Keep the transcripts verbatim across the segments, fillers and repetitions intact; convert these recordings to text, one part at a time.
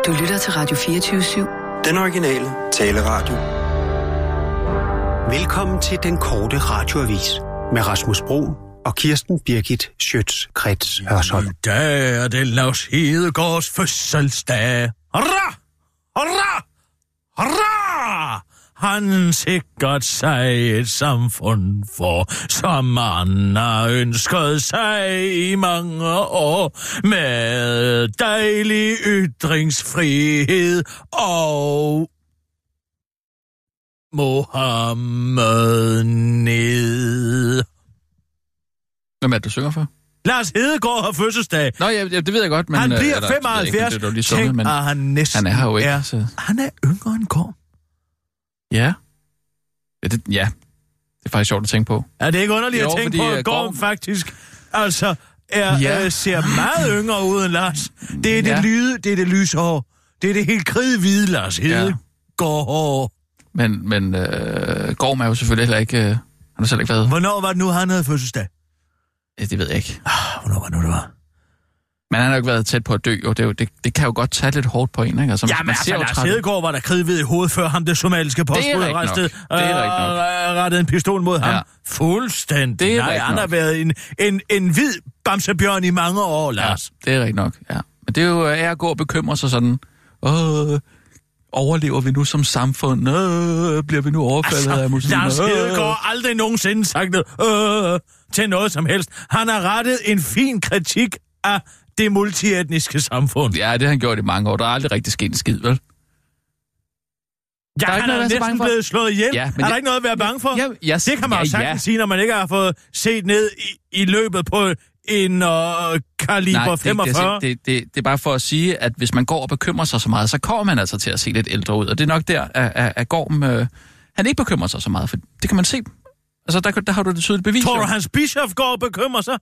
Du lytter til Radio fireogtyve syv. Den originale taleradio. Velkommen til den korte radioavis med Rasmus Broen og Kirsten Birgit Schøtz-Krets Hørsholm. I dag er det Lars Hedegaards fødselsdag. Hurra! Hurra! Hurra! Han sikkert sig et samfund for, som han har ønsket sig i mange år, med dejlig ytringsfrihed og Mohammed ned. Hvem er det, du synger for? Lars Hedegaard har fødselsdag. Nå, ja, det ved jeg godt, men... Han bliver eller, femoghalvfjerds. Ikke, det, det sunget, men han næsten han er her jo ikke. Er, så... Han er yngre end Gorm. Ja. Ja det, ja, det er faktisk sjovt at tænke på. Er det ikke underligt jo, at tænke fordi, på, at Gorm, Gorm faktisk altså er, ja. øh, ser meget yngre ud end Lars? Det er det, ja. lyde, det er det lyshår. Det er det helt kridhvide Lars Hedegaard. Ja. Men, men øh, Gorm er jo selvfølgelig heller ikke... Øh, han har selv ikke været... Hvornår var det nu, han havde fødselsdag? Ja, det ved jeg ikke. Ah, hvornår var det nu, det var? Men han har jo ikke været tæt på at dø, og det, det, det kan jo godt tage lidt hårdt på en, ikke? Altså, ja, men altså, Lars Hedegaard var der kridhvid i hovedet, før ham det somaliske postbud restede. Det er rigtigt nok. Rettede en pistol mod ham. Ja. Fuldstændig. Det er Nej, han har været en, en, en hvid bamsebjørn i mange år, Lars. Ja, det er rigtigt nok, ja. Men det er jo af at gå og bekymre sig sådan, åh, overlever vi nu som samfund? Åh, bliver vi nu overfaldet altså, af muslimer? Lars Hedegaard har aldrig nogensinde sagt noget øh, til noget som helst. Han har rettet en fin kritik af det multietniske samfund. Ja, det har han gjort i mange år. Der er aldrig rigtig sket en skid, vel? Ja, han er næsten blevet slået ihjel. Ja, er der jeg... ikke noget at være bange for? Ja, yes, det kan man jo ja, sagtens ja. sige, når man ikke har fået set ned i, i løbet på en uh, kaliber Nej, femogfyrre. Det, det, det, det er bare for at sige, at hvis man går og bekymrer sig så meget, så kommer man altså til at se lidt ældre ud. Og det er nok der, at, at, at Gorm, øh, han ikke bekymrer sig så meget, for det kan man se. Altså, der, der har du det tydeligt bevis. Tror du, Hans Bischoff går og bekymrer sig?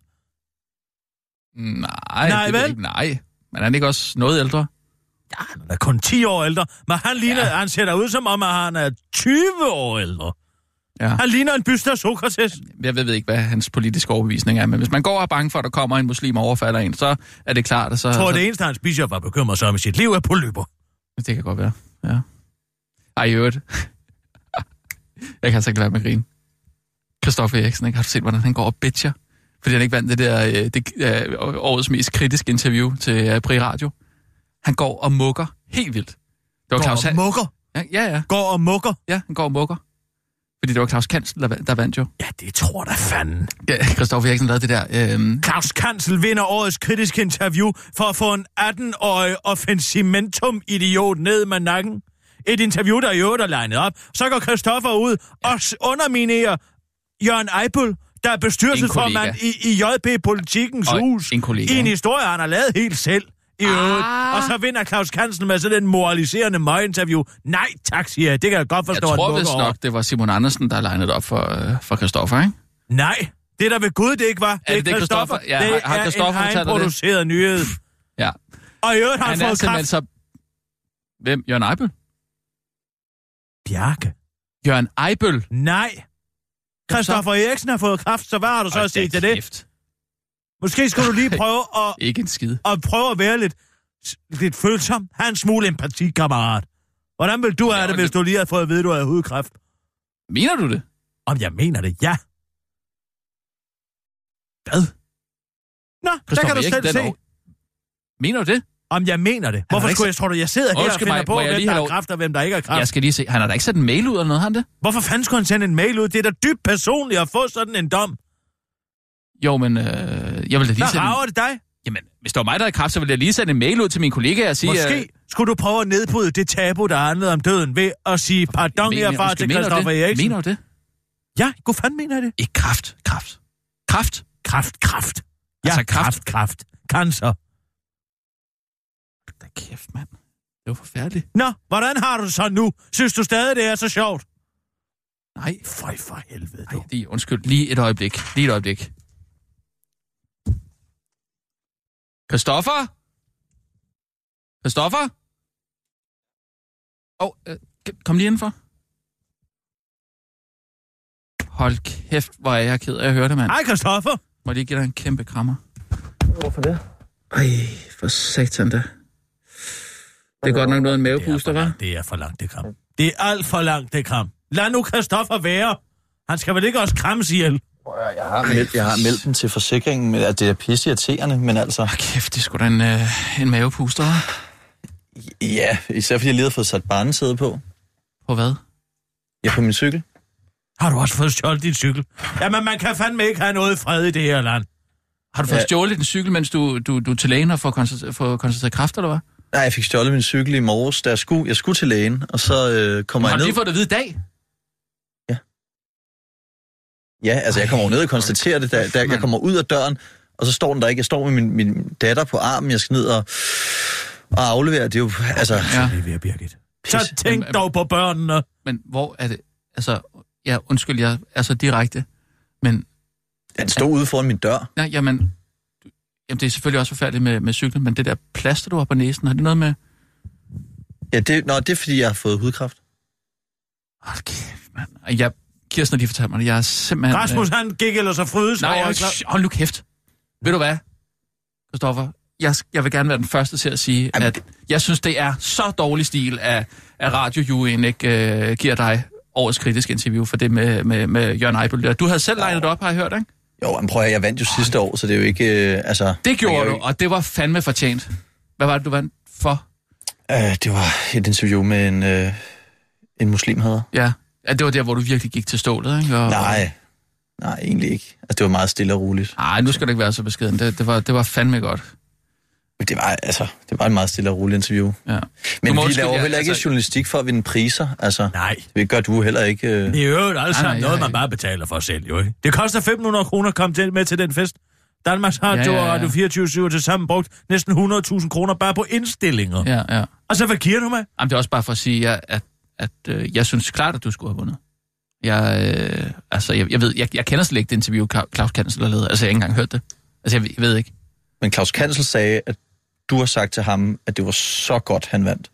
Nej, nej, det vel? Ikke, nej. Men han er ikke også noget ældre? Ja, han er kun ti år ældre. Men han, ligner, ja. han ser da ud som om, at han er tyve år ældre. Ja. Han ligner en byste af Sokrates. Jeg ved ikke, hvad hans politiske overbevisning er, men hvis man går og er bange for, at der kommer en muslim og overfalder en, så er det klart, at så... Jeg tror, så... det eneste, Hans Bischoff var bekymret sig om i sit liv, er polypper. Det kan godt være, ja. Ej, i øvrigt. Jeg kan altså ikke lade være med at grine. Christoffer Eriksen, ikke? Har du set, hvordan han går og bitcher? Fordi han ikke vandt det der det, øh, årets mest kritiske interview til øh, Pri Radio. Han går og mukker helt vildt. Det var går Claus og mukker? Ja, ja, ja. Går og mukker? Ja, han går og mukker. Fordi det var Claus Kansel, der, der vandt jo. Ja, det tror da fanden. Ja, Christoffer Eriksen lavede det der. Øh... Claus Kansel vinder årets kritiske interview for at få en atten-årig offensimentum-idiot ned med nakken. Et interview, der i øvrigt er legnet op. Så går Christoffer ud ja. og underminerer Jørgen Ejbøl, der er bestyrelsesformand i, i J P Politikens og Hus. En kollega. I en historie, han har lavet helt selv. I øvrigt. Ah. Og så vinder Claus Kansel med sådan en moraliserende møginterview. Nej, tak, siger jeg. Det kan jeg godt forstå. Jeg tror vist nok, det var Simon Andersen, der legnede op for, øh, for Christoffer, ikke? Nej, det der ved Gud, det ikke var. Det er, er det Christoffer. Ja, det har, har Christoffer er en egenproduceret nyhed. Ja. Og i øvrigt har han, han fået kraft. Så... Hvem? Jørgen Ejbøl? Bjarke. Jørgen Ejbøl? Nej. Christoffer Eriksen har fået kraft, så hvad har du så at sige til det? Måske skulle du lige prøve at... Ikke en skid. At prøve at være lidt, lidt følsom. Ha' en smule empati, kammerat. Hvordan vil du have det, hvis du lige har fået at vide, at du har hudkræft? Mener du det? Om jeg mener det, ja. Hvad? Nå, der kan du selv se. År... Mener du det? Om jeg mener det. Hvorfor skulle jeg, tror du, jeg sidder her og finder mig, på, hvem der har har kræft og hvem der ikke har kræft? Jeg skal lige se. Han har da ikke sendt en mail ud eller noget, han det? Hvorfor fanden skulle han sende en mail ud? Det er da dybt personligt at få sådan en dom. Jo, men øh, jeg vil da lige Hvad sende... Hvad rager det dig? Jamen, hvis det var mig, der havde kræft, så ville jeg lige sende en mail ud til mine kollegaer og sige... Måske øh... skulle du prøve at nedbryde det tabu, der handlede om døden, ved at sige pardon herfra til Christoffer Eriksen. Mener du det? Ja, hvor fanden mener jeg det? Ikke kræft, kræft. Kræft? Kræft, kræft. Ja, altså, kræft, kræft. Cancer. Da kæft, mand. Det var forfærdeligt. Nå, hvordan har du det så nu? Synes du stadig, det er så sjovt? Nej. Føj for helvede, du. Nej, det er, undskyld. Lige et øjeblik. Lige et øjeblik. Christoffer? Christoffer? Åh, oh, øh, kom lige indenfor. Hold kæft, hvor er jeg ked af at høre det, mand. Hej, Christoffer. Må jeg lige give dig en kæmpe krammer? Hvorfor det? Ej, for satan da. Det er godt nok noget en mavepuster, hva'? Det er for langt, det kram. Det er alt for langt, det kram. Lad nu Christoffer være. Han skal vel ikke også krammes ihjel? Jeg har meldt, jeg har meldt den til forsikringen, men at det er pisse irriterende, men altså... Åh, kæft, det er sgu da en, øh, en mavepuster, hva'? Ja, især fordi jeg lige har fået sat barnesæde på. På hvad? Ja, på min cykel. Har du også fået stjålet din cykel? Jamen, man kan fandme ikke have noget fred i det her land. Har du fået Ja. stjålet din cykel, mens du, du, du er til lægen og får konstateret, får konstateret kræft, eller hvad? Nej, jeg fik stjålet min cykel i morges, da jeg skulle, jeg skulle til lægen, og så øh, kommer Har jeg du ned. lige fået det at vide i dag? Ja, altså jeg kommer jo ned og konstaterer det, da, da jeg mand. kommer ud af døren, og så står den der ikke. Jeg står med min, min datter på armen, jeg skal ned og, og aflevere. Det er jo, altså... Ja. Det er ved, Birgit. Så Pisse. tænk Men- dog på børnene. Men hvor er det? Altså, ja, undskyld, jeg er så direkte, men... Den stod ude foran min dør. Ja, jamen, du- jamen, det er selvfølgelig også forfærdeligt med, med cyklen, men det der plaster, du har på næsen, har det noget med... Ja, det, nå, det er fordi, jeg har fået hudkræft. Hold kæft, mand. Jeg, Kirsten har lige fortalt mig det. Jeg er simpelthen... Rasmus, han gik ellers og frydes Nej, over... jeg, sh- hold nu kæft. Ved du hvad, Christoffer? Jeg, jeg vil gerne være den første til at sige, Jamen, at jeg synes, det er så dårlig stil, at, at radiojuryen ikke øh, giver dig årets kritiske interview for det med, med, med Jørgen Ejbøl. Du havde selv legnet det op, har jeg hørt, ikke? Jo, men prøv at, jeg vandt jo sidste år, så det er jo ikke... Øh, altså, Det man gjorde kan du, jo ikke- og det var fandme fortjent. Hvad var det, du vandt for? Øh, det var et interview med en, øh, en muslimhader. Ja. ja, det var der, hvor du virkelig gik til stålet, ikke? Og, Nej, nej, egentlig ikke. Altså, det var meget stille og roligt. Nej, nu skal det ikke være så beskeden. Det, det, var, det var fandme godt. Men det var, altså, det var et meget stille og roligt interview. Ja. Men må vi undskylde, laver ja, heller ikke altså- journalistik for at vinde priser. Altså, Nej. det gør du heller ikke. Øh. Det er jo alt sammen nej, noget, ja, man ja. bare betaler for selv, jo ikke? Det koster femten hundrede kroner at komme til, med til den fest. Danmarks Radio Ja, ja, og ja. Radio fireogtyve syv til sammen brugt næsten hundrede tusind kroner bare på indstillinger. Ja. Ja, ja. Altså, hvad giver du med? Jamen, det er også bare for at sige, at, at, at øh, jeg synes klart, at du skulle have vundet. Jeg, øh, altså, jeg, jeg ved, jeg, jeg kender slet ikke det interview, Claus Kansel har lavet. Altså, jeg har ikke engang hørt det. Altså, jeg, jeg ved ikke. Men Claus Kansel sagde, at du har sagt til ham, at det var så godt, han vandt.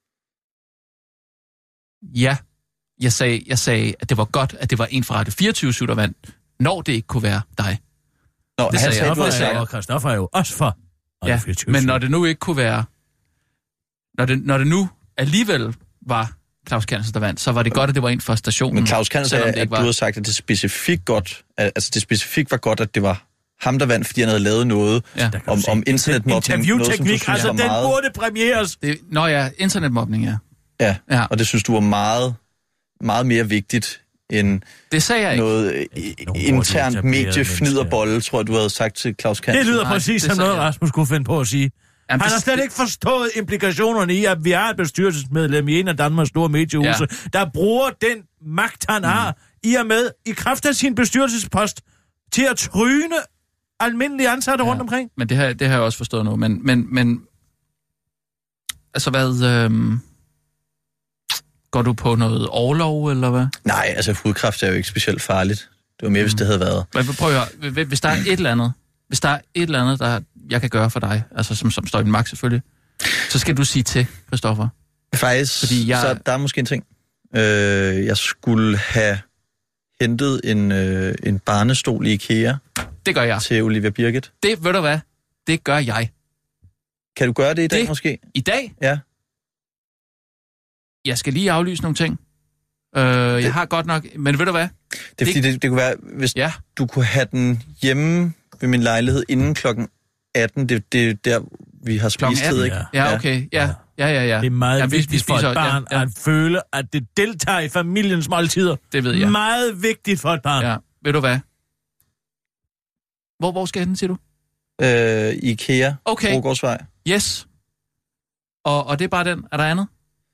Ja, jeg sagde, jeg sagde, at det var godt, at det var en fra Radio fireogtyve syv, der vandt, når det ikke kunne være dig. Nå, Det han sagde sagde, jeg. du havde Det sagde sagt, jeg. Og Christoffer er jo også for Radio Ja, fireogtyve syv. men når det nu ikke kunne være... Når det, når det nu alligevel var Claus Kansel, der vandt, så var det godt, at det var en fra stationen. men Claus Kansel selvom sagde, det at ikke du var- havde sagt, at det specifikt godt, at- altså det specifikt var godt, at det var ham, der vandt, fordi han havde lavet noget Ja. Der kan du om, se. om internetmobning. Noget, som du Interviewteknik, synes altså var den meget, burde premieres. Det, nå ja, internetmobning, ja. ja, Ja. og det synes du var meget, meget mere vigtigt end Det sagde jeg ikke. noget øh, Nogle internt hurtigt etablerede mediefniderbolle, tror jeg, du havde sagt til Claus Kansel. Det lyder Nej, præcis det som sagde noget, jeg. Rasmus kunne finde på at sige. Jamen, Han det- har slet det- ikke forstået implikationerne i, at vi er et bestyrelsesmedlem i en af Danmarks store mediehuse, ja. der bruger den magt, han mm. har, i og med, i kraft af sin bestyrelsespost, til at tryne almindelige ansatte ja. rundt omkring. Men det har, det har jeg også forstået nu. Men, men, men altså hvad... Øhm, går du på noget overlov, eller hvad? Nej, altså hudkræft er jo ikke specielt farligt. Det var mere, hvis det havde været. Men prøv at høre, hvis der er et eller andet, hvis der er et eller andet, der jeg kan gøre for dig, altså som, som står i min magt selvfølgelig, så skal du sige til, Christoffer. Faktisk, Fordi jeg- så der er måske en ting. Øh, jeg skulle have hentet en, øh, en barnestol i IKEA Det gør jeg. til Olivia Birgit. Det, ved du hvad? Det gør jeg. Kan du gøre det i dag Det- måske? I dag, Ja. jeg skal lige aflyse nogle ting. Øh, jeg har godt nok, men ved du hvad? Det er fordi, det, det kunne være, hvis Ja, du kunne have den hjemme ved min lejlighed inden klokken atten. Det, det er der, vi har Klokken spist atten, tid, ikke? ja, okay, ja, ja, ja, ja. Det er meget ja, ja, vigtigt for et barn ja, ja, at føle, at det deltager i familiens måltider. det ved jeg. Meget vigtigt for et barn. Ja. Ja, ved du hvad? Hvor, hvor skal jeg hen, siger du? Øh, IKEA, Okay, Rogårdsvej. yes. Og, og det er bare den. Er der andet?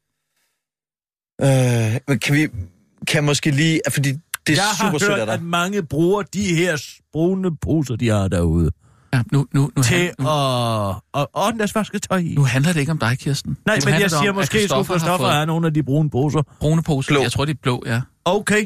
Øh, men kan vi, kan måske lige, fordi det er Jeg super har sødt af hørt, dig. at mange bruger de her brune poser, de har derude, Ja, nu, nu, nu, til han- nu, at, at ordne deres vasketøj i. nu handler det ikke om dig, Kirsten. Nej, Nu men handler jeg det siger om, at måske, at Christoffer har Christoffer fået er nogle af de brune poser. brune poser. Blå. Jeg tror, de er blå, ja. Okay.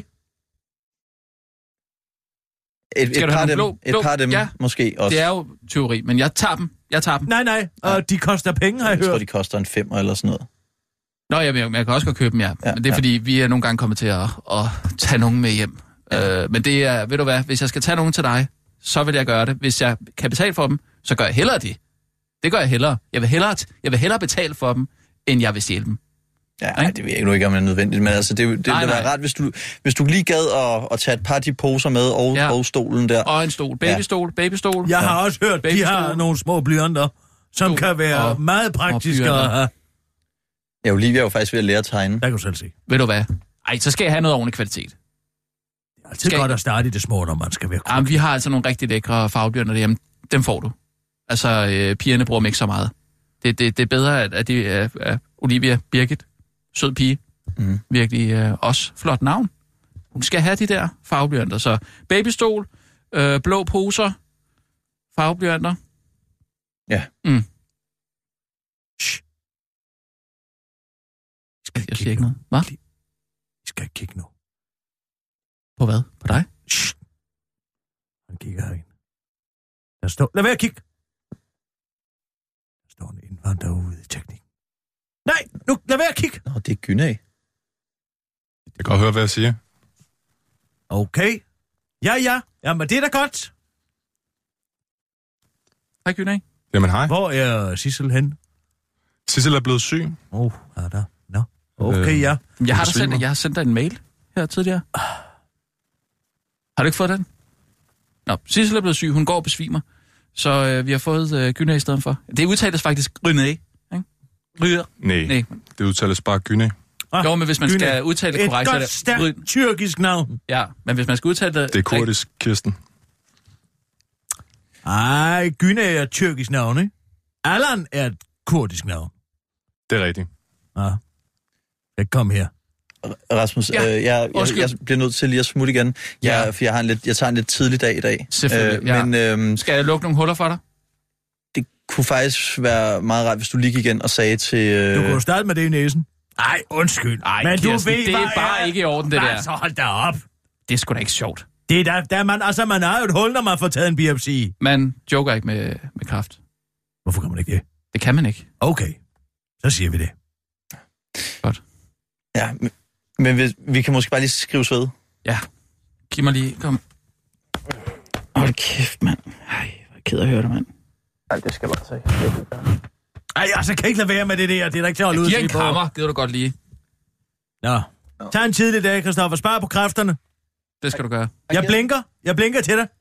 Et, Skal et du par have af dem, nogle blå- et blå? par af dem Ja. måske også. Det er jo teori, men jeg tager dem. Jeg tager dem. Nej, nej, og de koster penge, har jeg Jeg tror, hørt. de koster en femmer eller sådan noget. Nå, jeg, jeg, jeg kan også godt købe dem, ja. Ja, Men det er, ja. fordi vi er nogle gange kommet til at, at tage nogen med hjem. Ja. Øh, men det er, ved du hvad, hvis jeg skal tage nogen til dig, så vil jeg gøre det. Hvis jeg kan betale for dem, så gør jeg hellere det. Det gør jeg hellere. Jeg vil hellere, jeg vil hellere betale for dem, end jeg vil stjæle dem. Ja, nej, det ved jeg nu ikke, om det er nødvendigt, men altså, det, det nej, ville være rart, hvis du, hvis du lige gad at, at tage et par af de poser med, og, ja. og stolen der. Og en stol. Babystol, ja. babystol. Jeg har ja. også hørt, babystol. De har nogle små blyanter, som stol. Kan være og, meget praktiske at have. Ja, Olivia er jo faktisk ved at lære at tegne. Der kan du selv se. Ved du hvad? Ej, så skal jeg have noget ordentlig kvalitet. Det er altid skal godt at starte i det små, når man skal være. Jamen, vi har altså nogle rigtig lækre farveblyanter derhjemme. Dem får du. Altså, øh, pigerne bruger dem ikke så meget. Det, det, det er bedre, at, at det er at Olivia Birgit, sød pige. Mm. Virkelig øh, også flot navn. Hun skal have de der farveblyanter. Så babystol, øh, blå poser, farveblyanter. Ja. Mm. Skal jeg siger ikke noget. Hvad? Vi skal ikke kigge nu. På hvad? På dig? Shh. Han kigger herind. Der står... Lad være at kigge. Der står en indvandrer ude i teknik. Nej, nu lad være at kigge. Nå, det er Gynæ. Jeg kan godt høre, hvad jeg siger. Okay. Ja, ja. Jamen, det er da godt. Hej, Gynæ. Jamen, hej. Hvor er Sissel hen? Sissel er blevet syg. Åh, oh, er der? Nå. Okay, øh, ja. Jeg har, sendt, jeg har sendt dig en mail her tidligere. Har du ikke fået den? Nå, Sissel er blevet syg. Hun går og besvimer. Så øh, vi har fået øh, Gynæ i stedet for. Det udtales faktisk Gynæ, ikke? Ryger. Nej, Nej, det udtales bare Gynæ. Ah, jo, men hvis man Gynæ. Skal udtale det korrekt, så er det... Et godt, stærkt tyrkisk navn. Ja, men hvis man skal udtale det... Det er kurdisk, Kirsten. Ej, Gynæ er et tyrkisk navn, ikke? Allan er et kurdisk navn. Det er rigtigt. Ah. Jeg kom her. Rasmus, ja. øh, jeg, jeg, jeg bliver nødt til lige at smutte igen. Jeg, ja. For jeg, har en lidt, jeg tager en lidt tidlig dag i dag. Selvfølgelig, øh, ja. men, øh, Skal jeg lukke nogle huller for dig? Det kunne faktisk være meget rart, hvis du lige gik igen og sagde til... Øh... Du kunne jo starte med det i næsen. Ej, undskyld. Ej, men Kirsten, du ved, det er bare er... ikke i orden, det Nej, der. så hold da op. Det er sgu da ikke sjovt. Det er da, der man, altså, man har jo et hul, når man får taget en biopsi. Man joker ikke med, med kræft. Hvorfor kan man ikke det? Det kan man ikke. Okay, så siger vi det. Godt. Ja, men, men vi, vi kan måske bare lige skrives ved. Ja, giv mig lige, kom. Hold kæft, mand. Ej, hvor ked at høre det, mand. Nej, det skal bare sige. Ej, altså, kan ikke lade være med det der. Det er da ikke til at holde ud. Giv en krammer, gider du godt lige. Nå. Tag en tidlig dag, Christoffer. Spar på kræfterne. Det skal du gøre. Jeg blinker. Jeg blinker til dig.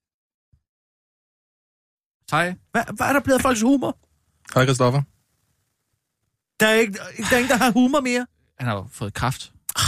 Hej. Hvad, hvad er der blevet af folks humor? Hej, Christoffer. Der er, ikke, der er ingen, der har humor mere. Han har jo fået kræft.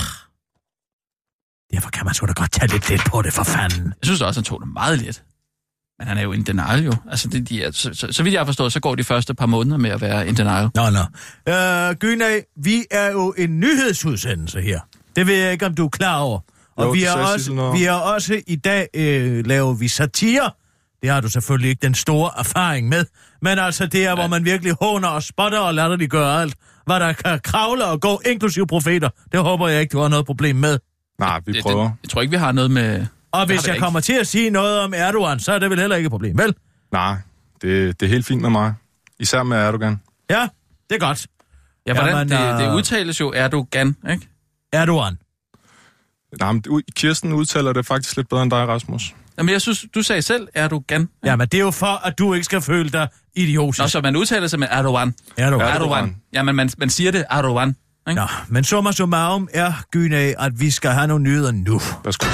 Derfor kan man sgu da godt tage lidt let på det, for fanden. Jeg synes også, han tog det meget let. Men han er jo in denial, jo. Altså, det, de er, så, så, så vidt jeg har forstået, så går de første par måneder med at være in denial. Nå, nå. Øh, Gynæ, vi er jo en nyhedsudsendelse her. Det ved jeg ikke, om du er klar over. Og jo, vi, er også, vi er også i dag øh, laver vi satire. Det har du selvfølgelig ikke den store erfaring med. Men altså, det er, ja. Hvor man virkelig håner og spotter og lader de gøre alt. Hvad der kan kravle og gå, inklusive profeter. Det håber jeg ikke, du har noget problem med. Nej, vi det, prøver. Det, jeg tror ikke, vi har noget med... Og hvis jeg ikke. kommer til at sige noget om Erdogan, så er det vel heller ikke et problem, vel? Nej, det, det er helt fint med mig. Især med Erdogan. Ja, det er godt. Ja, hvordan? Ja, det, det udtales jo Erdogan, ikke? Erdogan. Nej, men Kirsten udtaler det faktisk lidt bedre end dig, Rasmus. Jamen, jeg synes, du sagde selv Erdogan. Ikke? Ja, men det er jo for, at du ikke skal føle dig idiotisk. Nå, så man udtaler sig med Erdogan. Erdogan. Erdogan. Ja, men man, man siger det Erdogan. Ikke? Nå, men summa summarum er Gynæ, at vi skal have nogle nyheder nu. Værsgo.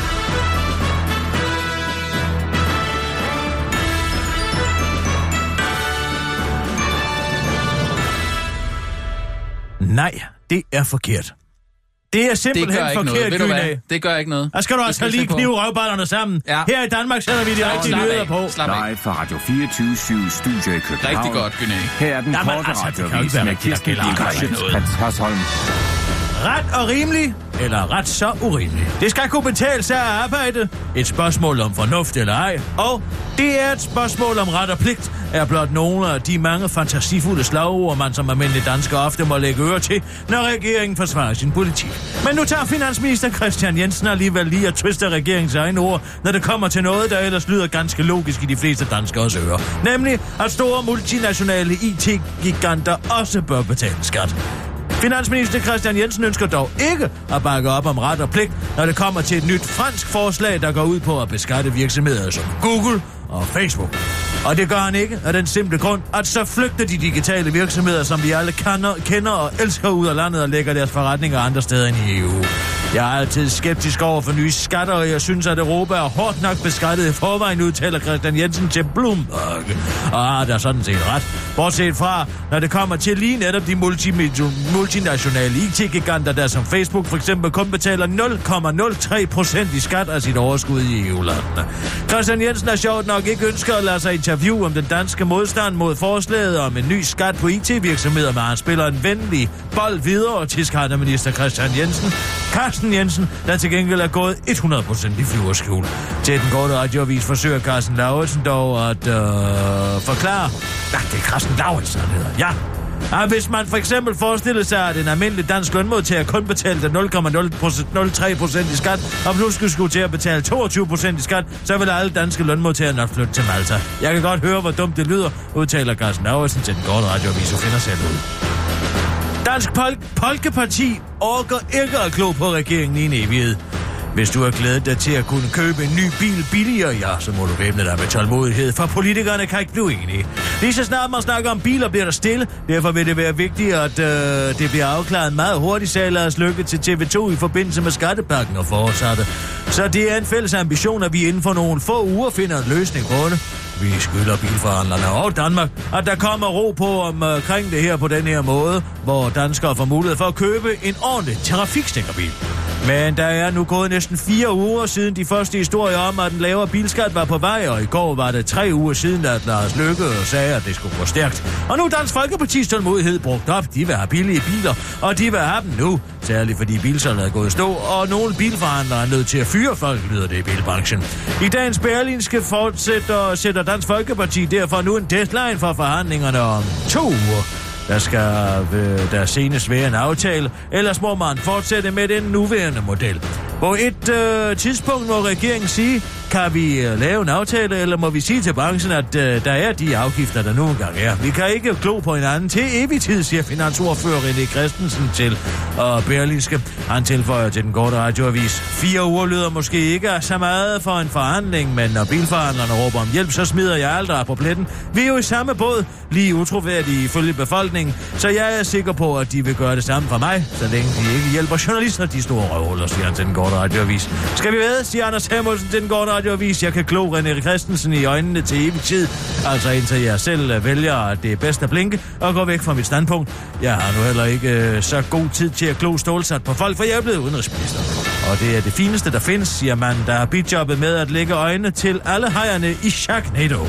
Nej, det er forkert. Det er simpelthen det forkert, Gynæ. Det gør ikke noget. Der skal du altså lige knive røvballerne sammen. Ja. Her i Danmark sætter vi de rigtige nyheder på. Live fra Radio fireogtyve syv Studio i København. Rigtig godt, Gynæ. Her er den Jamen, korte altså, radioavis med Kirsten Birgit Hørsholm. Ret og rimelig, eller ret så urimelig. Det skal kunne betale sig at arbejde. Et spørgsmål om fornuft eller ej. Og det er et spørgsmål om ret og pligt, er blot nogle af de mange fantasifulde slagord, man som almindelig dansker ofte må lægge øre til, når regeringen forsvarer sin politik. Men nu tager finansminister Christian Jensen alligevel lige at twiste regeringens egne ord, når det kommer til noget, der ellers lyder ganske logisk i de fleste danskers ører. Nemlig, at store multinationale I T-giganter også bør betale skat. Finansminister Christian Jensen ønsker dog ikke at bakke op om ret og pligt, når det kommer til et nyt fransk forslag, der går ud på at beskatte virksomheder som Google og Facebook. Og det gør han ikke af den simple grund, at så flygter de digitale virksomheder, som vi alle kender, kender og elsker ud af landet og lægger deres forretninger andre steder end i E U. Jeg er altid skeptisk over for nye skatter, og jeg synes, at Europa er hårdt nok beskattet i forvejen, udtaler Christian Jensen til Bloomberg. Og der er sådan set ret. Bortset fra, når det kommer til lige netop de multi- multinationale I T-giganter, der som Facebook for eksempel kun betaler nul komma nul tre procent i skat af sit overskud i E U-landene. Christian Jensen har sjovt nok ikke ønsket at lade sig interviewe om den danske modstand mod forslaget om en ny skat på I T-virksomheder, men han spiller en venlig bold videre til skatteminister Christian Jensen. Carsten Jensen, der til gengæld er gået hundrede procent i flyverskjul. Til den korte radioavis forsøger Carsten Lauritsen dog at øh, forklare... Ja, det er Carsten Lauritsen, han hedder. Ja. Ja, hvis man for eksempel forestiller sig, at en almindelig dansk lønmodtager kun betalte nul komma nul tre procent i skat, og pludselig skulle til at betale toogtyve procent i skat, så vil alle danske lønmodtagere nok flytte til Malta. Jeg kan godt høre, hvor dumt det lyder, udtaler Carsten Lauritsen til den korte radioavis, og finder selv ud. Dansk Pol- Folkeparti orker ikke at klo på regeringen i en evighed. Hvis du har glædet dig til at kunne købe en ny bil billigere, ja, så må du væbne dig med tålmodighed, for politikerne kan ikke blive enige. Lige så snart man snakker om biler, bliver der stille. Derfor vil det være vigtigt, at øh, det bliver afklaret meget hurtigt, sagde Lars Løkke til T V to i forbindelse med skattepakken og fortsatte. Så det er en fælles ambition, at vi inden for nogle få uger finder en løsning på det. Vi skylder bilforhandlerne og Danmark, at der kommer ro på omkring det her på den her måde, hvor danskere får mulighed for at købe en ordentlig trafikstikkerbil. Men der er nu gået næsten fire uger siden de første historier om, at den lavere bilskat var på vej, og i går var det tre uger siden, at Lars Løkke sagde, at det skulle gå stærkt. Og nu er Dansk Folkepartis tålmodighed brugt op. De vil have billige biler, og de vil have dem nu. Særligt fordi bilsalget er gået i stå, og nogle bilforhandlere er nødt til at fyre folk, lyder det i bilbranchen. I dagens Berlinske fortsætter sætter Dansk Folkeparti derfor nu en deadline for forhandlingerne om to uger. Der skal øh, der senest være en aftale, ellers må man fortsætte med den nuværende model. På et øh, tidspunkt må regeringen sige, kan vi øh, lave en aftale, eller må vi sige til branchen, at øh, der er de afgifter, der nu engang er. Vi kan ikke glo på hinanden til evig tid, siger finansordfører René Christensen til og Berlingske. Han tilføjer til den korte radioavis. Fire uger lyder måske ikke så meget for en forhandling, men når bilforhandlerne råber om hjælp, så smider jeg aldrig på pletten. Vi er jo i samme båd, lige utroværdige ifølge befolkningen, så jeg er sikker på, at de vil gøre det samme for mig, så længe de ikke hjælper journalister, de store røvhuller, siger han til den korte radioavis. Skal vi ved, siger Anders Samuelsen til den korte radioavis. Jeg kan klo René Christensen i øjnene til evig tid, altså indtil jeg selv vælger, at det er bedst at blinke og gå væk fra mit standpunkt. Jeg har nu heller ikke øh, så god tid til at klo stålsat på folk, for jeg er blevet udenrigsminister. Og det er det fineste, der findes, siger man, der har bidjobbet med at lægge øjne til alle hejerne i Sharknado.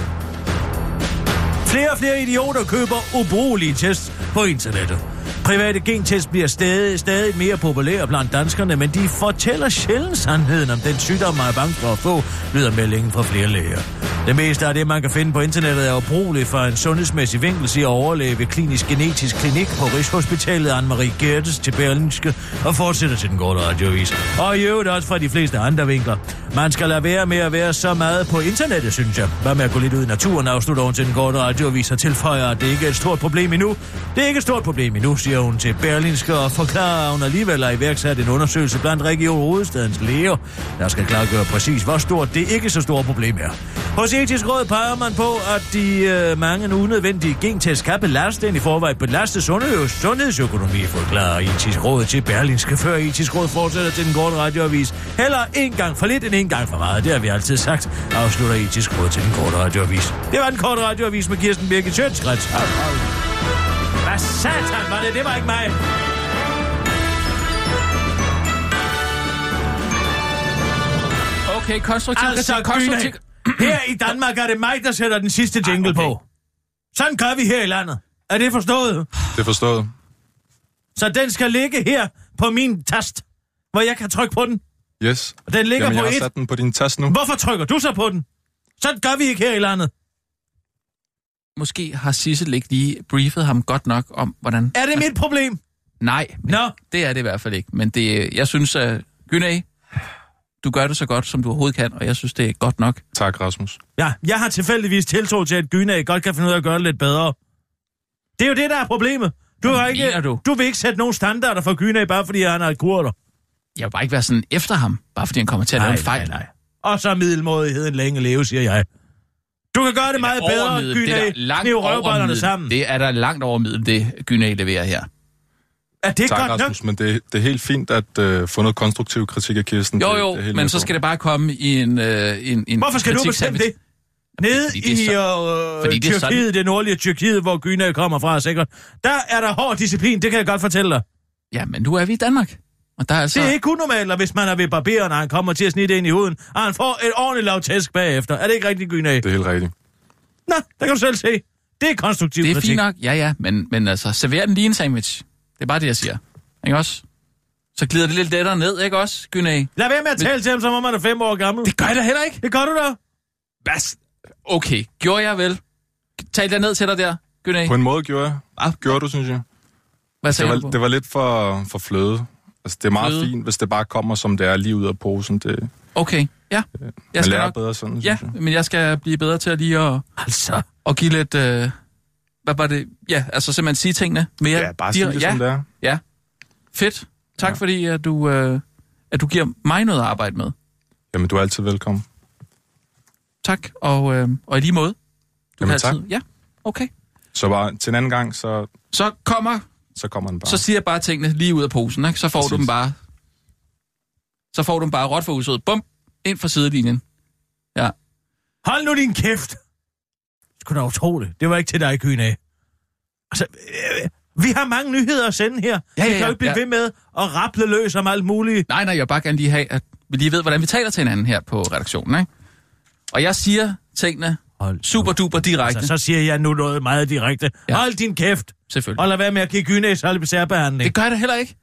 Flere og flere idioter køber ubrugelige tests på internettet. Private gentest bliver stadig, stadig mere populære blandt danskerne, men de fortæller sjældent sandheden om den sygdom, man er bange for at få, lyder meldingen fra flere læger. Det meste af det, man kan finde på internettet, er ubrugeligt fra en sundhedsmæssig vinkel, siger overlæge ved Klinisk Genetisk Klinik på Rigshospitalet Anne-Marie Gertes til Berlingske og fortsætter til den korte radioavis. Og i øvrigt også fra de fleste andre vinkler. Man skal lade være med at være så meget på internettet, synes jeg. Hvad med at gå lidt ud i naturen, afslutter hun til den korte radioavis og tilføjer, at det ikke er et stort problem endnu. Det er ikke et stort problem endnu, siger hun til Berlingske og forklarer, at hun alligevel har iværksat en undersøgelse blandt Region Hovedstadens læger, der skal klargøre præcis, hvor stort det ikke så store problem er. Hos Etisk Råd peger man på, at de øh, mange unødvendige gentest kan belaste den i forvejen belaste sundheds- sundhedsøkonomi, forklarer Etisk Råd til Berlingske, før Etisk Råd fortsætter til den korte radioavis. Heller en gang for lidt end en gang for meget, det har vi altid sagt, afslutter Etisk Råd til den korte radioavis. Det var den korte radioavis med Kirsten Birgit Sjøtskrets. Hvad satan var det? Det var ikke mig. Okay, konstruktiv. Altså, konstruktiv. Her i Danmark er det mig, der sætter den sidste jingle okay. på. Sådan gør vi her i landet. Er det forstået? Det er forstået. Så den skal ligge her på min tast, hvor jeg kan trykke på den. Yes. Og den ligger Jamen, på jeg et. har sat den på din tast nu. Hvorfor trykker du så på den? Sådan gør vi ikke her i landet. Måske har Sissel ikke lige briefet ham godt nok om, hvordan... Er det mit problem? Nej, Nå. det er det i hvert fald ikke. Men det, jeg synes, at uh, Gynæ, du gør det så godt, som du overhovedet kan, og jeg synes, det er godt nok. Tak, Rasmus. Ja, jeg har tilfældigvis tiltro til, at Gynæ godt kan finde ud af at gøre det lidt bedre. Det er jo det, der er problemet. Du, har ikke, du? du vil ikke sætte nogen standarder for Gynæ, bare fordi han har et kurter. Jeg vil bare ikke være sådan efter ham, bare fordi han kommer til at lave en fejl. Nej, nej. Og så middelmådigheden længe leve, siger jeg. Du kan gøre det meget det bedre, Gynæ. Kniv røvbollerne sammen. Det er der langt over middel, det Gynæ leverer her. Er det tak, godt nok? Rasmus, men det, det er helt fint at uh, få noget konstruktiv kritik af Kirsten. Jo, jo, det, det men så skal det bare komme i en, uh, en, en Hvorfor skal du bestemme det? Nede i så... øh, Tyrkiet, sådan... det nordlige Tyrkiet, hvor Gynæ kommer fra, sikkert. Der er der hård disciplin, det kan jeg godt fortælle dig. Ja, men nu er vi i Danmark. Og der er altså... Det er ikke unormalt, hvis man er ved barberen, og han kommer til at snitte ind i huden, og han får et ordentligt lavtæsk bagefter. Er det ikke rigtigt, Gynæ? Det er helt rigtigt. Nå, der kan du selv se. Det er konstruktivt kritik. kritik. Det er fint nok, ja ja, men, men altså, server den lige en sandwich. Det er bare det, jeg siger. Ikke også? Så glider det lidt lettere ned, ikke også, Gynæ? Lad være med at tale til ham, som om man er fem år gammel. Det gør jeg da heller ikke. Det gør du da. Hvad? Okay, gjorde jeg vel? Tal det ned til dig der, Gynæ. På en måde gjorde jeg. Ah. Gjorde du, synes jeg. Hvad sagde det du var, på? det var lidt for, for fløde. Altså, det er meget fløde. fint, hvis det bare kommer, som det er lige ud af posen. Det, okay, ja. Man jeg skal lærer nok... bedre sådan, ja, synes jeg. men jeg skal blive bedre til at lige at... Altså... Og give lidt... Øh... Hvad var det? Ja, altså simpelthen sige tingene mere... Ja, bare sige det, ja. som det er. Ja, fedt. Tak ja. fordi, at du, øh... at du giver mig noget at arbejde med. Jamen, du er altid velkommen. Tak, og, øh... og i lige måde. Du Jamen, kan tak. altid... Ja, okay. Så bare til en anden gang, så... Så kommer... Så kommer den bare. Så siger jeg bare tingene lige ud af posen, ikke? Så får Præcis. du dem bare... Så får du dem bare råt for huset. Bum! Ind fra sidelinjen. Ja. Hold nu din kæft! Det skulle da utroligt. Det var ikke til dig, Gynæ. Altså, øh, vi har mange nyheder at sende her. Ja, ja, vi kan jo ja, ikke blive ja. ved med at raple løs om alt muligt. Nej, nej, jeg vil bare gerne lige have, at vi lige ved, hvordan vi taler til hinanden her på redaktionen, ikke? Og jeg siger tingene Hold super duper direkte. Altså, så siger jeg nu noget meget direkte. Ja. Hold din kæft! Selvfølgelig. Og lad være med at give Gynæ særlig særbehandling. Det gør jeg da heller ikke.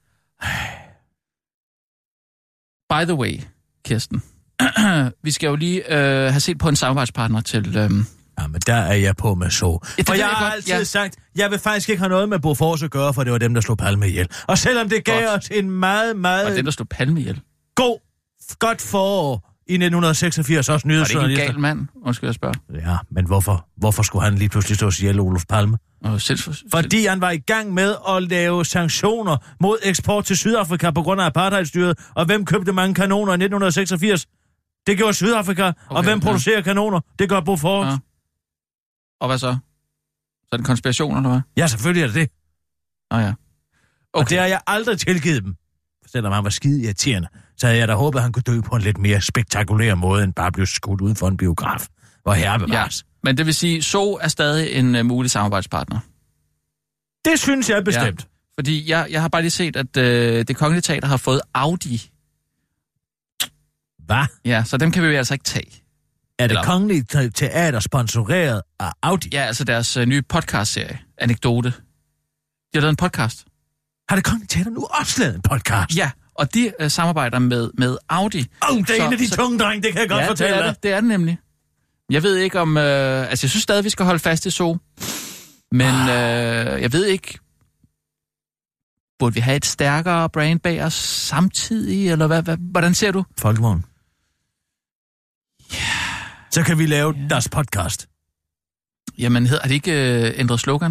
By the way, Kirsten. Vi skal jo lige øh, have set på en samarbejdspartner til... Øh... Ja, men der er jeg på med så. Ja, for jeg, jeg har godt, altid ja. sagt, jeg vil faktisk ikke have noget med Bofors at gøre, for det var dem, der slog Palme ihjel. Og selvom det gav Godt. os en meget, meget... Og dem, der slog Palme ihjel. God, godt forår i nitten seksogfirs, også Var det ikke en nyhedsjournalister. gal mand? Undskyld, jeg spørger. Ja, men hvorfor? Hvorfor skulle han lige pludselig stå ihjel, Olof Palme? Og selv, selv, Fordi han var i gang med at lave sanktioner mod eksport til Sydafrika på grund af apartheidstyret. Og hvem købte mange kanoner i nitten seksogfirs? Det gjorde Sydafrika. Okay, og hvem ja. producerer kanoner? Det gør Bofors. Ja. Og hvad så? Så er det konspiration, eller hvad? Ja, selvfølgelig er det det. Ah, ja. Okay. Og det har jeg aldrig tilgivet dem. Selvom han var skide irriterende, så havde jeg da håbet, at han kunne dø på en lidt mere spektakulær måde, end bare blive skudt ud for en biograf. Hvor herre bevares. Ja, men det vil sige, så er stadig en uh, mulig samarbejdspartner. Det synes jeg bestemt. Ja, fordi jeg, jeg har bare lige set, at uh, Det Kongelige Teater har fået Audi. Hvad? Ja, så dem kan vi altså ikke tage. Er det Eller... Kongelige Teater sponsoreret af Audi? Ja, altså deres uh, nye podcast-serie, Anekdote. De har lavet en podcast. Har det Kongelige Teater nu også lavet en podcast? Ja, og de uh, samarbejder med, med Audi. Åh, oh, det er så, en af de så... tunge drenge, det kan jeg godt ja, fortælle det er dig. det, det er det nemlig. Jeg ved ikke om... Øh, altså, jeg synes stadig, vi skal holde fast i så. Men øh, jeg ved ikke... Burde vi have et stærkere brand bag os samtidig, eller hvad, hvad, hvordan ser du? Folkevogn. Ja. Yeah. Så kan vi lave Yeah. deres podcast. Jamen, har det ikke øh, ændret slogan?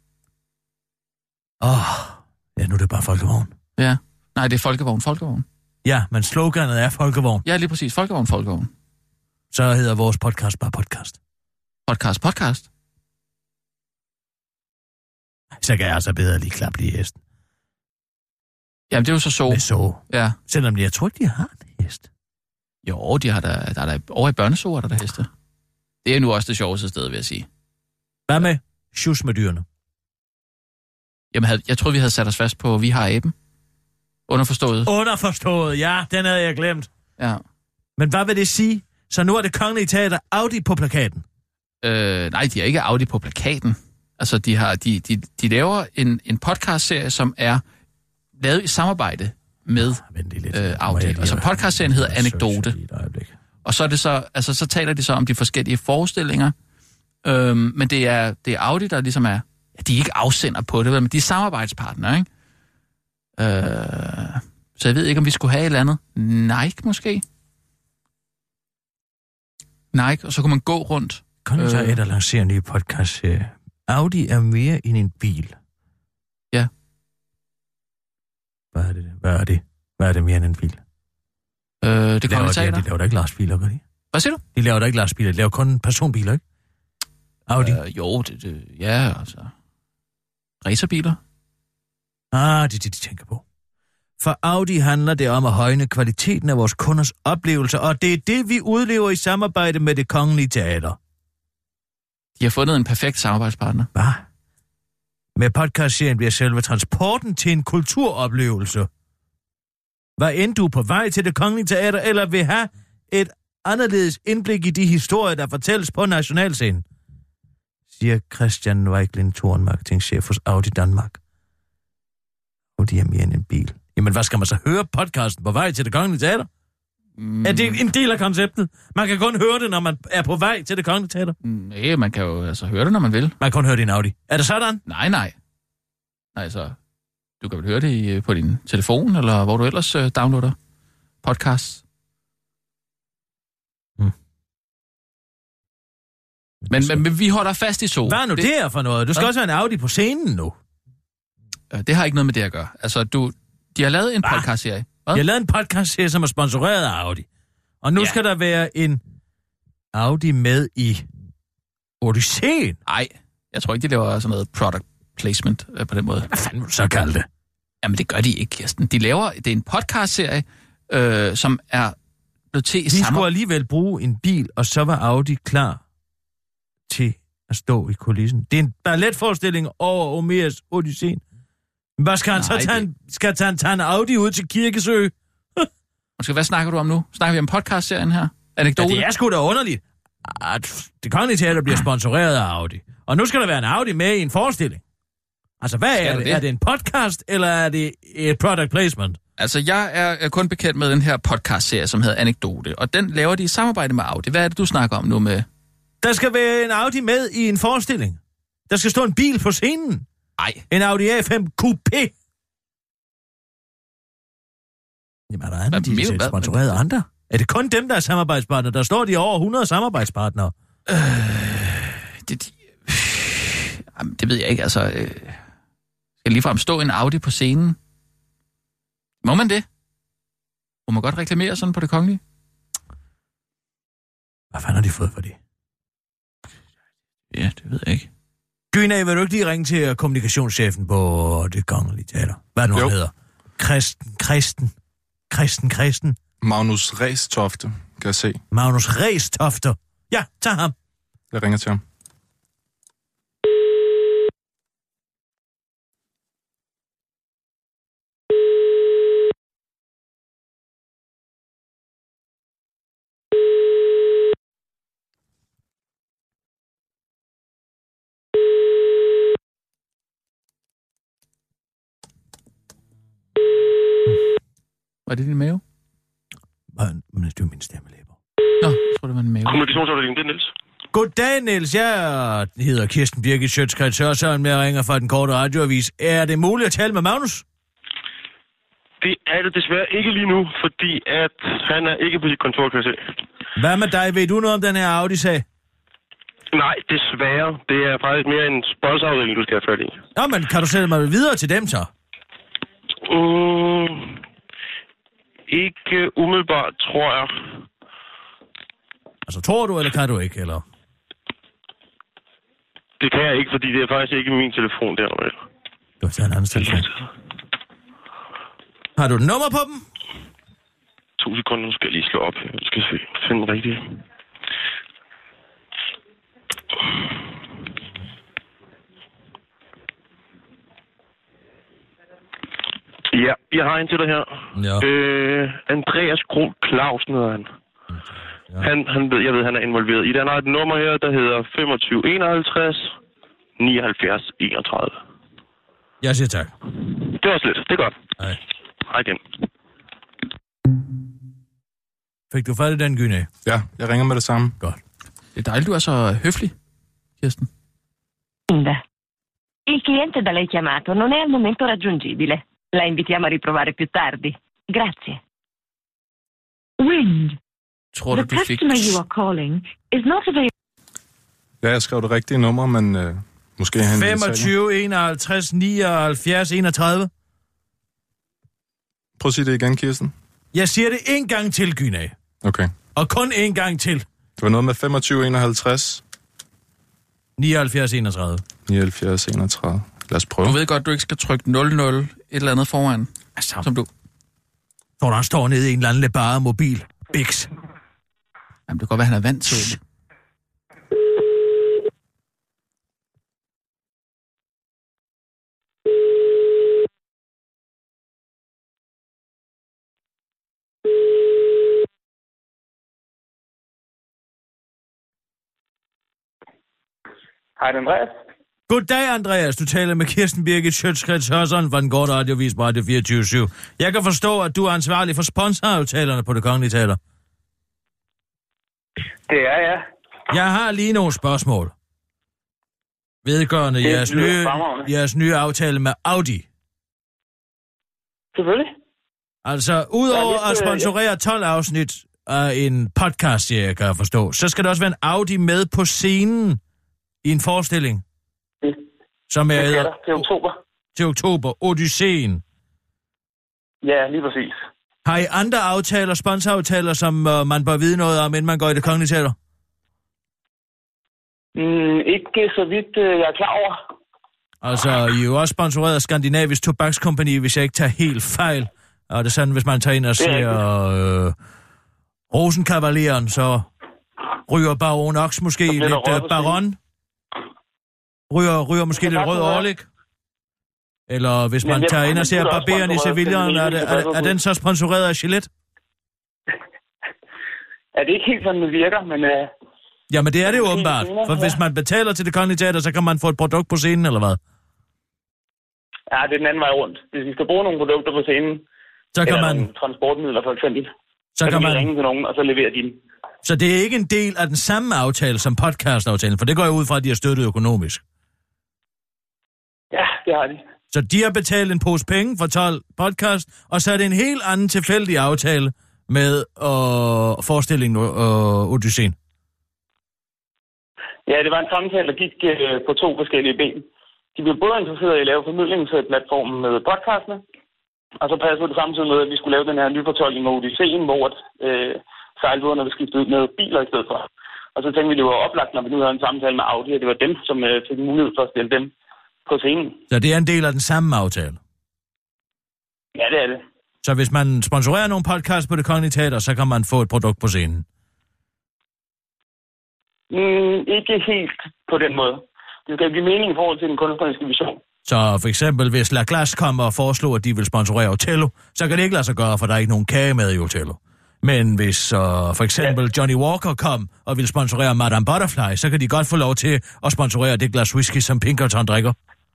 Åh, oh, ja, nu er det bare Folkevogn. Ja. Nej, det er Folkevogn, Folkevogn. Ja, men sloganet er Folkevogn. Ja, lige præcis. Folkevogn, Folkevogn. Så hedder vores podcast bare podcast. Podcast, podcast. Så kan jeg altså bedre lige klappe lige hesten. Jamen, det er jo så så. Med så. Ja. Selvom jeg tror ikke, de har en hest. Jo, de har der, der er der over i børnesoer, der er der heste. Det er nu også det sjoveste sted, vil jeg sige. Hvad med sjus med dyrene? Jamen, havde, jeg troede, vi havde sat os fast på, vi har aben. Underforstået. Underforstået, ja, den havde jeg glemt. Ja. Men hvad vil det sige? Så nu er det Kongelige Teater Audi på plakaten? Øh, nej, de har ikke Audi på plakaten. Altså, de, har, de, de, de laver en, en podcast-serie, som er lavet i samarbejde med øh, Audi. Altså, podcast-serien hedder Anekdote. Og så er det så, altså, så taler de så om de forskellige forestillinger. Øhm, men det er, det er Audi, der ligesom er... Ja, de er ikke afsender på det, men de er samarbejdspartnere, ikke? Øh, så jeg ved ikke, om vi skulle have et eller andet. Nike, måske? Nike, og så kunne man gå rundt. Kongelige Teater øh, lancerer en ny podcast. Audi er mere end en bil. Ja. Hvad er det? Hvad er det? Hvad er det mere end en bil? Øh, det Kongelige Teater. De laver da ikke lastbiler, gør de? Hvad siger du? De laver da ikke lastbiler, de laver kun personbiler, ikke? Audi? Øh, jo, det, det, ja, altså. Racerbiler? Ah, det er det, de tænker på. For Audi handler det om at højne kvaliteten af vores kunders oplevelser, og det er det, vi udlever i samarbejde med Det Kongelige Teater. De har fundet en perfekt samarbejdspartner. Hvad? Med podcastserien bliver selve transporten til en kulturoplevelse. Hvad end du er på vej til Det Kongelige Teater, eller vil have et anderledes indblik i de historier, der fortælles på nationalscenen, siger Christian Weiklin Thorn, marketingchef hos Audi Danmark. Audi er mere end en bil. Jamen, hvad skal man så høre podcasten på vej til Det Kongelige Teater? Mm. Er det en del af konceptet? Man kan kun høre det, når man er på vej til Det Kongelige Teater. Nej, man kan jo altså høre det, når man vil. Man kan kun høre det i en Audi. Er det sådan? Nej, nej. Nej, så du kan vel høre det i, på din telefon, eller hvor du ellers øh, downloader podcasts. Mm. Men, men, men vi holder fast i to. Hvad er nu det, det her for noget? Du skal ja. også have en Audi på scenen nu. Det har ikke noget med det at gøre. Altså, du, de har lavet en ah. podcast-serie. Hvad? De har lavet en podcast-serie, som er sponsoreret af Audi. Og nu ja. skal der være en Audi med i Odysseen. Nej, jeg tror ikke, de laver sådan noget product placement øh, på den måde. Hvad fanden må du så kalde det? Jamen, det gør de ikke, Kirsten. De laver, det er en podcast-serie, øh, som er blevet til i de sammen... skulle alligevel bruge en bil, og så var Audi klar til at stå i kulissen. Det er en balletforestilling over Homers Odysseen. Hvad skal han Nej, så tage en, skal han tage en Audi ud til Kirkesø? Måske, hvad snakker du om nu? Snakker vi om podcast-serien her? Anekdote? Ja, det er sgu da underligt, at Det Kongelige Teater bliver sponsoreret af Audi. Og nu skal der være en Audi med i en forestilling. Altså, hvad er det? det? Er det en podcast, eller er det et product placement? Altså, jeg er kun bekendt med den her podcast-serie, som hedder Anekdote, og den laver de i samarbejde med Audi. Hvad er det, du snakker om nu med? Der skal være en Audi med i en forestilling. Der skal stå en bil på scenen. Nej. En Audi A fem Coupé. Jamen, er der andre, de er sponsoreret af andre? Er det kun dem, der er samarbejdspartnere? Der står de over hundrede samarbejdspartnere. Øh, det, de, øh, det ved jeg ikke, altså... Øh, skal ligefrem stå en Audi på scenen? Må man det? Må man godt reklamere sådan på Det Kongelige? Hvad fanden har de fået for det? Ja, det ved jeg ikke. Gynæ, vil du ikke lige ringe til kommunikationschefen på Det Kongelige Teater? Hvad er det nu, han hedder? Kristen, Kristen, Kristen, Kristen. Magnus Ræstofte, kan jeg se. Magnus Ræstofte. Ja, tag ham. Jeg ringer til ham. Var det din mave? Men det er jo min stemmelæber. Nå, jeg tror, det var en mave. Kommunikationsafdelingen, det er Niels. Goddag, Niels. Jeg hedder Kirsten Birgit Schøtz-Krets Hørsholm, med at ringer fra den korte radioavis. Er det muligt at tale med Magnus? Det er det desværre ikke lige nu, fordi at han er ikke på sit kontor, kan jeg se. Hvad med dig? Ved du noget om den her Audi-sag? Nej, desværre. Det er faktisk mere en sponsorafdeling, du skal have fat i. Nå, men kan du sætte mig videre til dem så? Mm, ikke umiddelbart, tror jeg. Altså, tror du, eller kan du ikke, eller? Det kan jeg ikke, fordi det er faktisk ikke min telefon der. Du har taget en anden telefon. Har du et nummer på dem? To sekunder, nu skal jeg lige slå op. Jeg skal se, finde den rigtige. Ja, jeg har en til dig her. Ja. Øh, Andreas Grum Clausen hedder han. Ja. Han, han ved, jeg ved, han er involveret i det. Han har et nummer her, der hedder femogtyve enoghalvtreds nioghalvfjerds enogtredive. Jeg siger tak. Det var slet. Det er godt. Hej. Hej igen. Fik du fat i den, Gynæ? Ja, jeg ringer med det samme. Godt. Det er dejligt, du er så høflig, Kirsten. Il cliente da lei chiamato non è al momento raggiungibile. La invitiamo a riprovare più tardi. Grazie. Wind. Tror du, The du fik... customer you are calling is not available. Ja, jeg skrev det rigtige nummer, men øh, måske han... femogtyve enoghalvtreds nioghalvfjerds enogtredive. Prøv at sige det igen, Kirsten. Jeg siger det en gang til, Gynæ. Okay. Og kun en gang til. Det var noget med femogtyve enoghalvtreds nioghalvfjerds enogtredive. nioghalvfjerds enogtredive. Lad os prøve. Du ved godt, du ikke skal trykke nul nul et eller andet foran, altså, som du... Tror du, han står nede i en eller anden bare mobil? Bix. Jamen, det kan godt være, han er vant til det. Hej, Andreas. Goddag, Andreas. Du taler med Kirsten Birgit Schøtz-Krets Hørsholm fra den korte radiovis på Radio fireogtyve syv. Jeg kan forstå, at du er ansvarlig for sponsoraftalerne på Det Kongelige Teater. Det er jeg. Jeg har lige nogle spørgsmål. Vedgørende jeres nye, jeres nye aftale med Audi. Selvfølgelig. Altså, udover at sponsorere tolv afsnit af en podcast-serie, kan jeg forstå, så skal der også være en Audi med på scenen i en forestilling. Det, som er det skal der til oktober. Til oktober. Odysseen. Ja, lige præcis. Har I andre aftaler, sponsoraftaler, som uh, man bør vide noget om, inden man går i Det Kongelige Teater? Mm, ikke så vidt, uh, jeg er klar over. Altså, I er jo også sponsoreret af Skandinavisk Tobakskompagni, hvis jeg ikke tager helt fejl. Og det er sådan, hvis man tager ind og ser øh, Rosenkavaleren, så ryger Baron Ox måske lidt uh, Baron. Ryger, ryger måske lidt rød overlæg. Eller hvis man tager ind og ser Barberen i Sevilla, er, det, er, er den så sponsoreret af Gillette? Ja, det er ikke helt sådan, det virker, men... Uh... Jamen, det er det jo åbenbart. For hvis man betaler til Det Kongelige Teater, så kan man få et produkt på scenen, eller hvad? Ja, det er den anden vej rundt. Hvis vi skal bruge nogle produkter på scenen, så kan man... transportmidler for eksempel, så, så kan, kan man ringe til nogen, og så levere de. Så det er ikke en del af den samme aftale som podcast-aftalen, for det går jeg ud fra, at de har støttet økonomisk. Ja, det har de. Så de har betalt en pose penge for tolv podcast, og så er det en helt anden tilfældig aftale med øh, forestillingen øh, Odysseen. Ja, det var en samtale, der gik øh, på to forskellige ben. De blev både interesseret i at lave formidlingsplatformen med podcastene, og så passede det samtidig med, at vi skulle lave den her nye fortolkning af Odysseen, hvor øh, sejlbådene blev skiftet ud med biler i stedet for. Og så tænkte vi, det var oplagt, når vi nu havde en samtale med Audi, og det var dem, som øh, fik mulighed for at stille dem på scenen. Så det er en del af den samme aftale? Ja, det er det. Så hvis man sponsorerer nogle podcasts på Det Kongelige Teater, så kan man få et produkt på scenen? Mm, ikke helt på den måde. Det skal give mening i forhold til den kunstneriske vision. Så for eksempel, hvis La Glace kommer og foreslår, at de vil sponsorere Otello, så kan det ikke lade sig gøre, for der er ikke nogen kage med i Otello. Men hvis uh, for eksempel ja. Johnny Walker kom og vil sponsorere Madame Butterfly, så kan de godt få lov til at sponsorere det glas whisky, som Pinkerton drikker.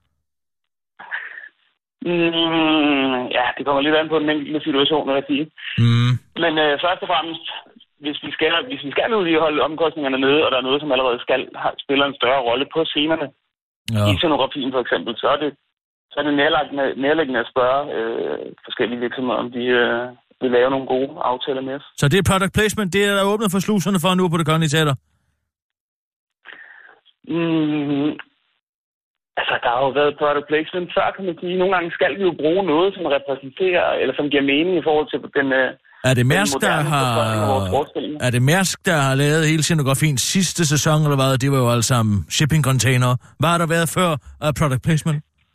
Mm, ja, det kommer lidt an på den enkelte situation, vil jeg sige. Mm. Men øh, først og fremmest, hvis vi skal, hvis vi skal nu lige holde omkostningerne nede, og der er noget, som allerede skal spille en større rolle på scenerne, ja. I scenografien for eksempel, så er det, så er det nærliggende, nærliggende at spørge øh, forskellige virksomheder, om de øh, vil lave nogle gode aftaler med os. Så det er product placement, det er der åbnet for sluserne for nu på Det Kongelige Teater? Mm, altså, der har jo været product placement før, kan man sige. Nogle gange skal vi jo bruge noget, som repræsenterer, eller som giver mening i forhold til den... Øh, Er det Mærsk, der har... Er det Mærsk, der har lavet hele scenografien sidste sæson, eller hvad? Det var jo alle sammen shipping-container. Hvad har der været før af product placement?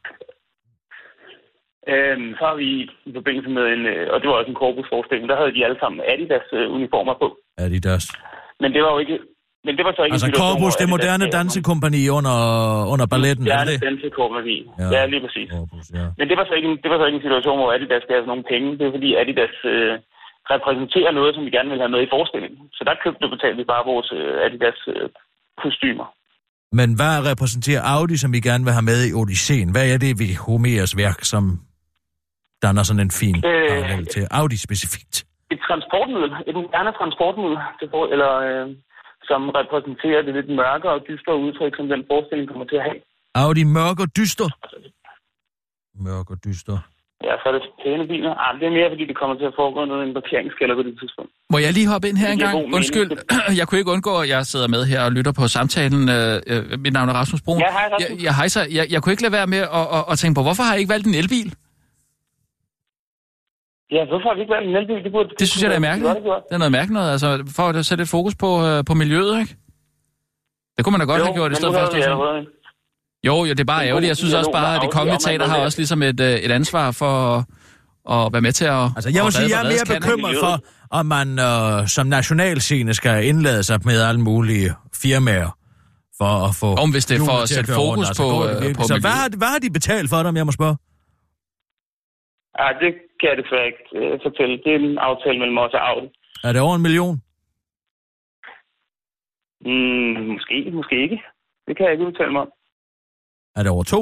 Øhm, så har vi i forbindelse med en... Og det var også en korpusforestilling. Der havde de alle sammen Adidas-uniformer på. Adidas. Men det var jo ikke... Men det var så ikke altså Korpus, det moderne dansekompagni under, under balletten, ja, er det det? Ja, dansekompagni. Ja, ja, lige præcis. Korpus, ja. Men det var, så ikke en, det var så ikke en situation, hvor Adidas gav os nogle penge. Det er fordi Adidas øh, repræsenterer noget, som vi gerne vil have med i forestillingen. Så der købte og betalte vi bare vores øh, Adidas øh, kostymer. Men hvad repræsenterer Audi, som vi gerne vil have med i Odysseen? Hvad er det ved Homers værk, som danner sådan en fin øh, parallel til Audi specifikt? Et transportmiddel. Et moderne transportmiddel. Eller... Øh, som repræsenterer det lidt mørke og dystre udtryk, som den forestilling kommer til at have. Audi mørk og dyster? Mørk og dyster. Ja, så er det pæne biler. Ah, det er mere, fordi det kommer til at foregå noget i en parkeringskælder på det tidspunkt. Må jeg lige hoppe ind her en gang? Undskyld, jeg kunne ikke undgå, at jeg sidder med her og lytter på samtalen. Mit navn er Rasmus Brun. Ja, hej Rasmus. Jeg, jeg, hejser, jeg, jeg kunne ikke lade være med at, at, at tænke på, hvorfor har jeg ikke valgt en elbil? Ja, hvorfor har vi ikke valgt en elbil? Det, burde, det, det synes jeg, det er mærkeligt. Det er noget mærkeligt noget, altså for at sætte et fokus på, øh, på miljøet, ikke? Det kunne man da godt jo, have gjort i stedet for. Jeg jo, jo, det er bare ærgerligt. Jeg synes også bare, at det kongelige teater har også ligesom et, et ansvar for at være med til at... Altså, jeg må sige, jeg er mere bekymret for, om man øh, som nationalscene skal indlade sig med alle mulige firmaer for at få... Om hvis det er for at sætte fokus rundt, på, altså, øh, på Så hvad har, hvad har de betalt for dem, jeg må spørge? Ja, det kan jeg desværre ikke øh, fortælle. Det er en aftale mellem os og Audi. Er det over en million? Mm, måske, måske ikke. Det kan jeg ikke udtale mig om. Er det over to?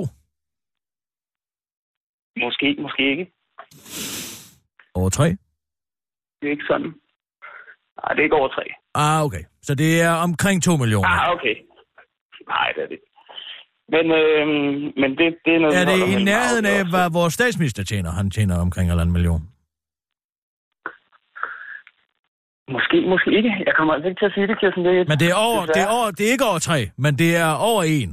Måske, måske ikke. Over tre? Det er ikke sådan. Nej, det er ikke over tre. Ah, okay. Så det er omkring to millioner? Ah, okay. Nej, det er det. Men, øh, men det, det er noget... Er det i nærheden af, hvad vores statsminister tjener? Han tjener omkring en million. Måske, måske ikke. Jeg kommer altså ikke til at sige det, Kirsten. Det er, men det er, over, det, er over, det er ikke over tre, men det er over en.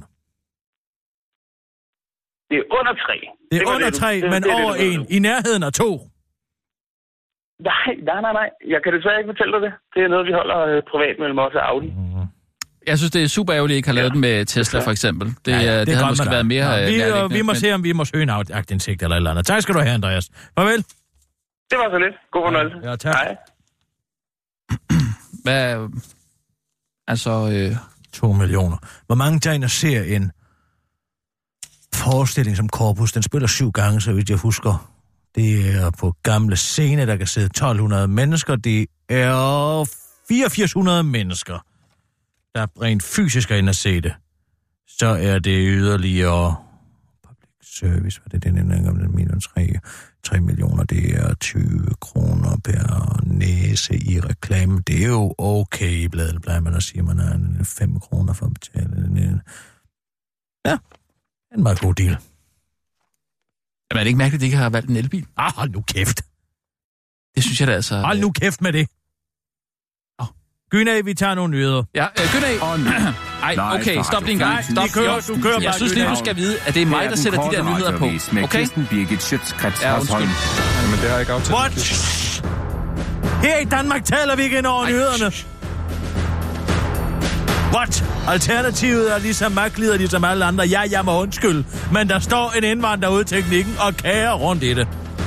Det er under tre. Det er det under det, tre, det, men det, over det, en. I nærheden af to. Nej, nej, nej, nej. Jeg kan desværre ikke fortælle dig det. Det er noget, vi holder øh, privat mellem os og Audi. Mm. Jeg synes, det er super ærgerligt, at I ikke har lavet ja. den med Tesla, for eksempel. Det, ja, det, det havde måske været mere ja, vi, øh, vi må men... se, om vi må søge en aktindsigt eller et eller andet. Tak skal du have, Andreas. Farvel. Det var så lidt. God fornøjelse. Ja, tak. Hej. Hvad... Altså... Øh... To millioner. Hvor mange tegner ser en forestilling som Corpus? Den spiller syv gange, så vidt jeg husker. Det er på gamle scene, der kan sidde tolv hundrede mennesker. Det er fireogfirs hundrede mennesker, der rent fysisk er inde at se det. Så er det yderligere public service, hvad det er den ene om minus tre millioner, det er tyve kroner per næse i reklame. Det er jo okay i bladet, plejer man at sige, man har fem kroner for at betale. Ja, en meget god deal. Jamen er det ikke mærkeligt, at de ikke har valgt en elbil? Ah, hold nu kæft. Det synes jeg da altså... Hold nu kæft med det. Oh. Gynæ, vi tager nogle nyheder. Ja, øh, Gynæ. Ej, okay, stop lige en gang. Stop. Kører, du kører jeg synes lige, du skal vide, at det er mig, der sætter de der nyheder på. Okay? Ja, undskyld. Men det har jeg ikke aftalt. What? Her i Danmark taler vi ikke ind over Ej. nyhederne. What? Alternativet er ligesom magtlider, ligesom alle andre. Ja, jeg må undskylde. Men der står en indvandrer ude i teknikken og kager rundt i det.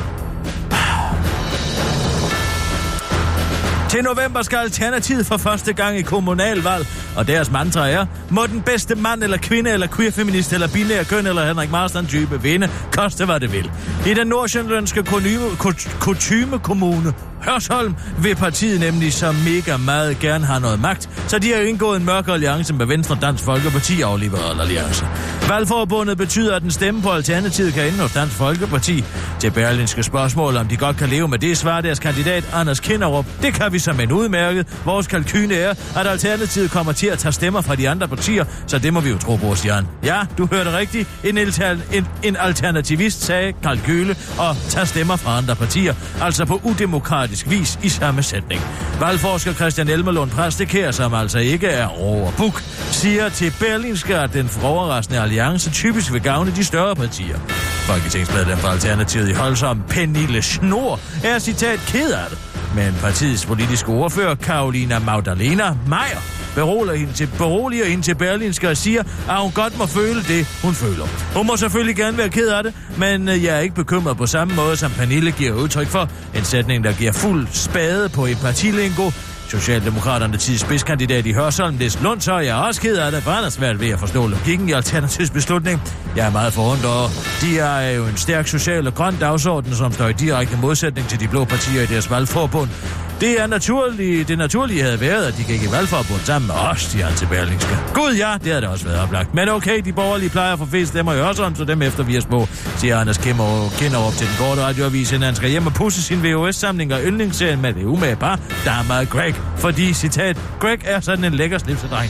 Til november skal Alternativet for første gang i kommunalvalg, og deres mantra er, må den bedste mand eller kvinde eller queer-feminist eller binær køn eller Henrik Marston-type vinde, koste hvad det vil. I den nordsjællandske kutyme kommune Hørsholm vil partiet nemlig så mega meget gerne have noget magt, så de har indgået en mørk alliance med Venstre, Dansk Folkeparti og Liberal Alliance. Valgforbundet betyder, at en stemme på Alternativet kan ende hos Dansk Folkeparti. Til Berlinske spørgsmål, om de godt kan leve med det, svarer deres kandidat Anders Kinderup. Det kan vi som en udmærket. Vores kalkyne er, at Alternativet kommer til at tage stemmer fra de andre partier, så det må vi jo tro på, Stian. Ja, du hørte rigtigt. En, en, en alternativist sagde kalkyle og tage stemmer fra andre partier, altså på udemokratisk vis i samme sætning. Valgforsker Christian Elmelund Præstekær, som altså ikke er over buk, siger til Berlinske, at den overraskende alliance typisk vil gavne de større partier. Folketingsmedlem for Alternativet i Holsom, Pernille Schnoor, er citat ked af det. Men partiets politiske ordfører, Carolina Magdalena Meyer, beroliger hende til, beroliger hende til Berlinske og siger, at hun godt må føle det, hun føler. Hun må selvfølgelig gerne være ked af det, men jeg er ikke bekymret på samme måde, som Pernille giver udtryk for. En sætning, der giver fuld spade på en partilingo. Socialdemokraterne tids spidskandidat i Hørsholm, Lis Lund, så er jeg også ked af det, for han er svært ved at forstå logikken i Alternativets beslutning. Jeg er meget forundret over. De er jo en stærk social og grøn dagsorden, som står i direkte modsætning til de blå partier i deres valgforbund. Det er naturligt, det naturlige havde været, at de gik i valgforbund sammen med os, siger han til Berlingske. Gud ja, det havde det også været oplagt. Men okay, de borgerlige plejer at få flest stemmer i Hørsholm, så dem efter vi er små, siger Anders Kinderup til den korte radioavis, inden han skal hjem og pusse sin V H S-samling og yndlingsserien med det umage par, Dama og Greg. Fordi, citat, Greg er sådan en lækker slipsedreng.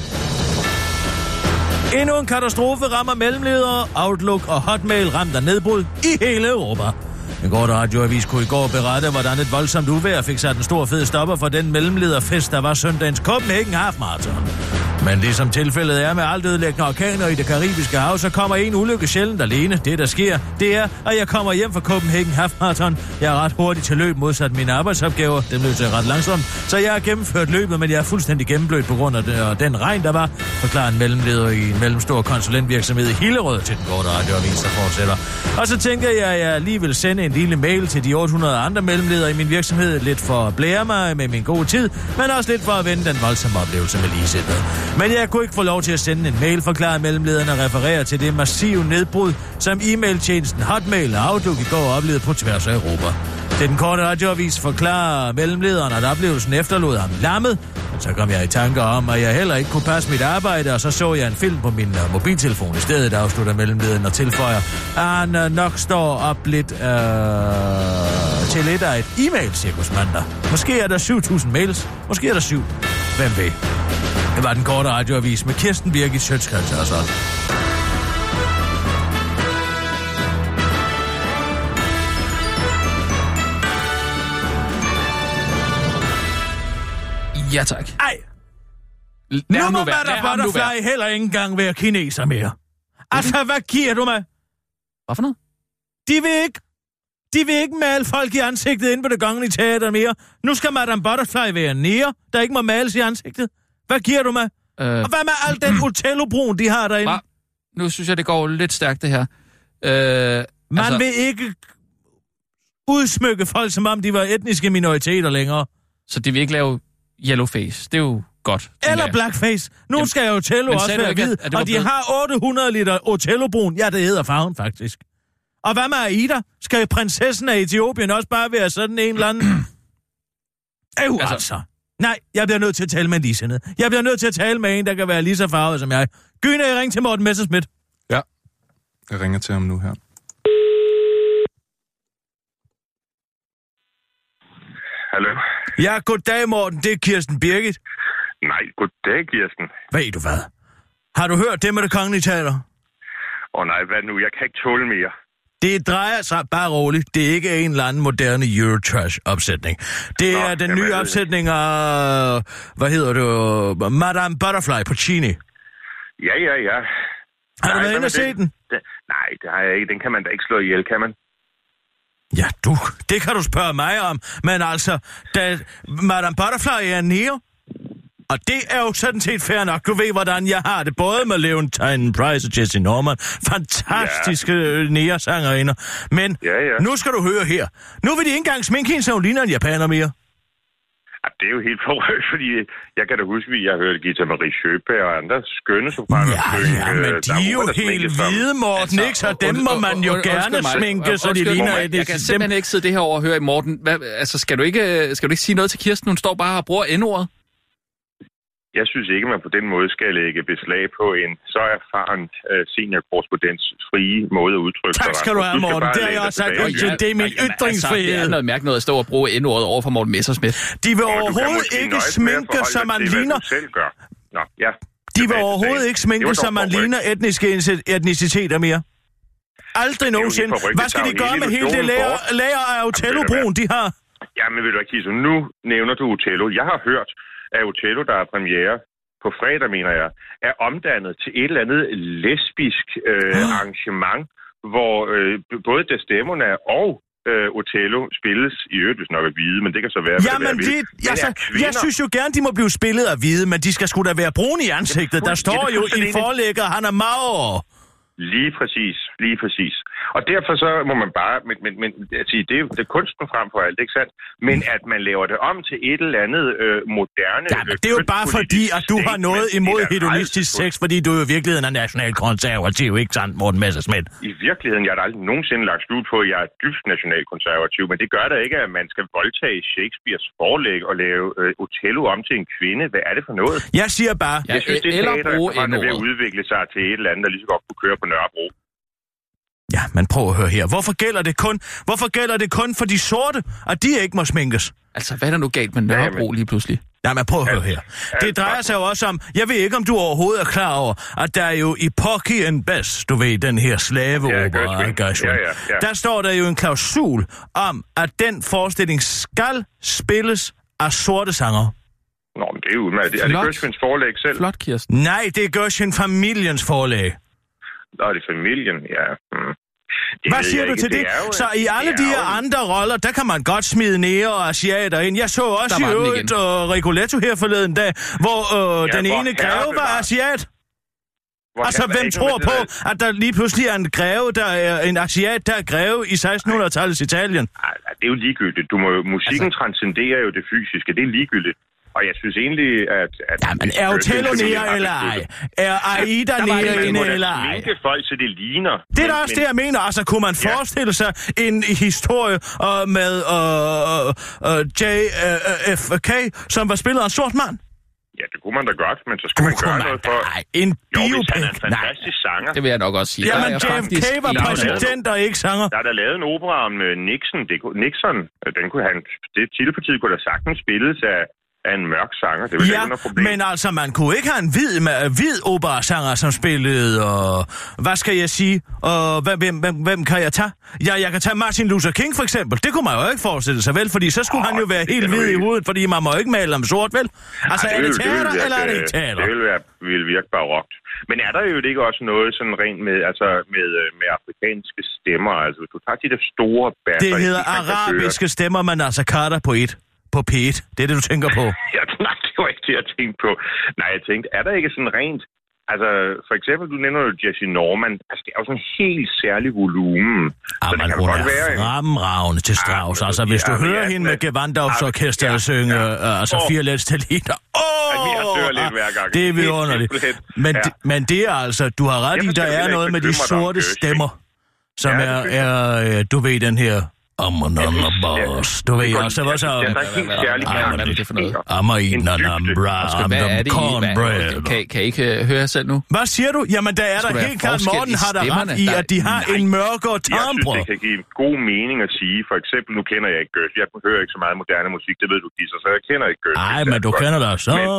Endnu en katastrofe rammer mellemledere, Outlook og Hotmail ramt af nedbrud i hele Europa. En kort radioavis kunne i går berette, hvordan et voldsomt uvejr fik sat en stor fed stopper for den mellemlederfest, der var søndagens Copenhagen Half Marathon. Men ligesom tilfældet er med alt ødelæggende orkaner i det karibiske hav, så kommer en ulykke sjældent alene. Det, der sker, det er, at jeg kommer hjem fra Copenhagen Half Marathon. Jeg er ret hurtig til løb, modsat mine arbejdsopgaver. Dem løser jeg ret langsomt. Så jeg har gennemført løbet, men jeg er fuldstændig gennemblødt på grund af den, den regn, der var. Forklarer en mellemleder i en mellemstor konsulentvirksomhed i Hillerød til den korte radioavis, der fortsætter. Og så tænker jeg, at jeg lige vil sende en lille mail til de otte hundrede andre mellemledere i min virksomhed. Lidt for at blære mig med min gode tid, men også lidt for at vende den voldsomme oplevelse med ligesindet. Men jeg kunne ikke få lov til at sende en mail, forklarer mellemlederne og refererer til det massive nedbrud, som e-mailtjenesten Hotmail og Outlook i går oplevede på tværs af Europa. Til den korte radioavis forklarer mellemlederen, at oplevelsen efterlod ham lammet. Og så kom jeg i tanker om, at jeg heller ikke kunne passe mit arbejde, og så så jeg en film på min uh, mobiltelefon i stedet, afslutter mellemlederen og tilføjer, at han uh, nok står op lidt uh, til lidt af et e-mail-cirkus mandag. Måske er der syv tusind mails, måske er der syv. Hvem ved? Det var den korte radioavis med Kirsten Birgit Schøtzgrads Hørsholm. Ja, tak. Ej! Nu må Madame Butterfly heller ikke engang være kineser mere. Altså, hvad giver du mig? Hvad for noget? De vil ikke... De vil ikke male folk i ansigtet inde på Det Kongelige Teater mere. Nu skal Madame Butterfly være nære, der ikke må males i ansigtet. Hvad giver du mig? Øh... Og hvad med al den Otello-brun, de har derinde? Hva? Nu synes jeg, det går lidt stærkt, det her. Øh, Man altså... vil ikke udsmykke folk, som om de var etniske minoriteter længere. Så de vil ikke lave yellowface. Det er jo godt. Eller blackface. Nu Jamen, skal Otello også være hvid, og de blevet... har otte hundrede liter Otello-brun. Ja, det hedder farven faktisk. Og hvad med Aida? Skal prinsessen af Etiopien også bare være sådan en eller anden... Øv, altså. altså. Nej, jeg bliver nødt til at tale med en ligesindet. Jeg bliver nødt til at tale med en, der kan være lige så farvet som jeg. Gyne, jeg ringer til Morten Messerschmidt. Ja, jeg ringer til ham nu her. Hallo? Ja, goddag Morten, det er Kirsten Birgit. Nej, goddag Kirsten. Ved du hvad? Har du hørt det med Det Kongelige Teater? Åh oh, nej, hvad nu? Jeg kan ikke tåle mere. Det drejer sig bare roligt. Det er ikke en eller anden moderne Eurotrash-opsætning. Det Nå, er den nye opsætning af, hvad hedder det, Madame Butterfly på Chini. Ja, ja, ja. Har nej, du været inde og set den? den? Nej, det har jeg ikke. Den kan man da ikke slå ihjel, kan man? Ja, du. Det kan du spørge mig om. Men altså, da Madame Butterfly er nede, og det er jo sådan set fair nok. Du ved, hvordan jeg har det. Både med Leontine Price og Jesse Norman. Fantastiske ja. næresangerinder. Men ja, ja. nu skal du høre her. Nu vil de ikke engang sminke hende, så hun ligner en japaner mere. Ja, det er jo helt forrøgt, fordi jeg kan da huske, at jeg hørte Gita Marie Sjøberg og andre skønne sopraner. Ja, ja, men de er jo helt hvide, Morten, ikke? Så dem må man jo gerne sminke, så de ligner... Jeg kan simpelthen ikke sidde det her over og høre i Morten. Altså, skal du ikke skal du ikke sige noget til Kirsten? Hun står bare og bruger N-ordet. Jeg synes ikke, man på den måde skal lægge beslag på en så erfaren uh, seniorkorrespondents frie måde at udtrykke sig. Tak skal du have, Morten. Det har jeg også sagt. Ja, det er min ytringsfrihed. Det er noget mærkeligt at stå og bruge N-ordet over for Morten Messerschmidt. De vil overhovedet ikke sminke, som man ligner... Nå, ja. De vil overhovedet ikke sminke, som man ligner etniske etniciteter mere. Aldrig nogensinde. Hvad skal de gøre med hele det lager af Otello-brun, de har? Jamen, ved du ikke, så nu nævner du Otello. Jeg har hørt, at Otello, der er premiere på fredag, mener jeg, er omdannet til et eller andet lesbisk øh, oh. arrangement, hvor øh, både Desdemona og øh, Otello spilles i øvrigt, hvis nok er hvide, men det kan så være, ja, men det, det altså, jeg synes jo gerne, de må blive spillet af hvide, men de skal sgu da være brune i ansigtet. Der står jo i forlægger, han er mager. Lige præcis, lige præcis. Og derfor så må man bare, men, men, men altså, det, er, det er kunsten frem for alt, ikke sandt? Men at man laver det om til et eller andet øh, moderne... Ja, men det er jo bare fordi, at du har noget imod hedonistisk sex, fordi du jo i virkeligheden er nationalkonservativ, ikke sandt, Morten Messerschmidt? I virkeligheden, jeg har aldrig nogensinde lagt skud på, at jeg er dybt nationalkonservativ, men det gør da ikke, at man skal voldtage Shakespeares forlæg og lave øh, Otello om til en kvinde. Hvad er det for noget? Jeg siger bare... Jeg synes, det er teater, der vil udvikle sig til et eller andet, der lige så godt kunne køre på Nørrebro. Ja, men prøv at høre her. Hvorfor gælder det kun, hvorfor gælder det kun for de sorte, at de ikke må sminkes? Altså, hvad er der nu galt med Nørrebro lige pludselig? Ja, men prøv at høre her. Det drejer sig jo også om, jeg ved ikke, om du overhovedet er klar over, at der er jo i Porky and Bess, du ved, den her slaveopera, ja, ja, ja, ja. Der står der jo en klausul om, at den forestilling skal spilles af sorte sangere. Nå, men det er jo udmærket. Er det Gershwins forlæg selv? Flot, Kirsten. Nej, det er Gershwin familiens forlæg. Nå, det er familien, ja. Hmm. Hvad siger du til det? det? Så i alle de her jo... andre roller, der kan man godt smide nære og asiater ind. Jeg så også i øvrigt uh, Rigoletto her forleden dag, hvor uh, ja, den ene greve var asiat. Hvor altså, hvem tror på, at der lige pludselig er en greve, der er en asiat, der er greve i sekstenhundrede-tallets Italien? Ej, det er jo ligegyldigt. Du må, musikken altså... transcenderer jo det fysiske. Det er ligegyldigt. Og jeg synes egentlig, at... at ja, men er Otello nære eller ej? Er Aida nære eller ej? Minke folk, så det ligner. Det er da også det, jeg mener. Altså, kunne man forestille sig en historie uh, med uh, uh, J F K, som var spillet af en sort mand? Ja, det kunne man da godt, men så skal man gøre noget for... Nej, en biopic. Jo, han er en fantastisk sanger. Det vil jeg nok også sige. Jamen, J F K var præsident og ikke sanger. Der er der lavet en opera om Nixon. Det kunne, Nixon, den kunne han... Det Chile-partiet kunne da sagtens spilles af... af en mørk sanger. Det ja, men altså, man kunne ikke have en hvid, hvid operasanger, som spillede, og hvad skal jeg sige? Og hvem, hvem, hvem kan jeg tage? Ja, jeg kan tage Martin Luther King, for eksempel. Det kunne man jo ikke forestille sig, vel? Fordi så skulle oh, han jo være helt hvid i hovedet, fordi man må ikke male ham sort, vel? Altså, ja, det er det teater, virke, eller er det ikke teater? Det vil, være, vil virke barokt. Men er der jo ikke også noget sådan rent med, altså, med, med afrikanske stemmer? Altså, hvis du tager de der store basser... Det hedder arabiske stemmer, man altså cutter på et. På P et. Det er det, du tænker på? Ja, nej, det var ikke det, jeg tænkte på. Nej, jeg tænkte, er der ikke sådan rent... Altså, for eksempel, du nævner jo Jesse Norman. Altså, det er jo sådan en helt særlig volumen. Ja, man, hun er fremragende til Strauss. Ja, altså, hvis du ja, hører ja, hende med Gewandhausorkestret ja, synge, ja. Uh, altså, oh. fire let's-taliter. Åh! Oh, det er vidunderligt. Men, ja. men det er altså, du har ret i, der er noget med de sorte stemmer, som ja, er, er, du ved, den her... Amanana boss. Du ved også, hvad så... Det er helt særligt. Hvad er det for noget? Amanana bra. Hvad er det i? Kan, kan I ikke høre selv nu? Hvad siger du? Jamen, der er der helt klart, Morten har der ret i, at de har en mørkere tarmbrød. Jeg synes, det kan give god mening at sige. For eksempel, nu kender jeg ikke Gershwin. Jeg hører ikke så meget moderne musik, det ved du, Kisser, så jeg kender ikke Gershwin. Nej, men du kender da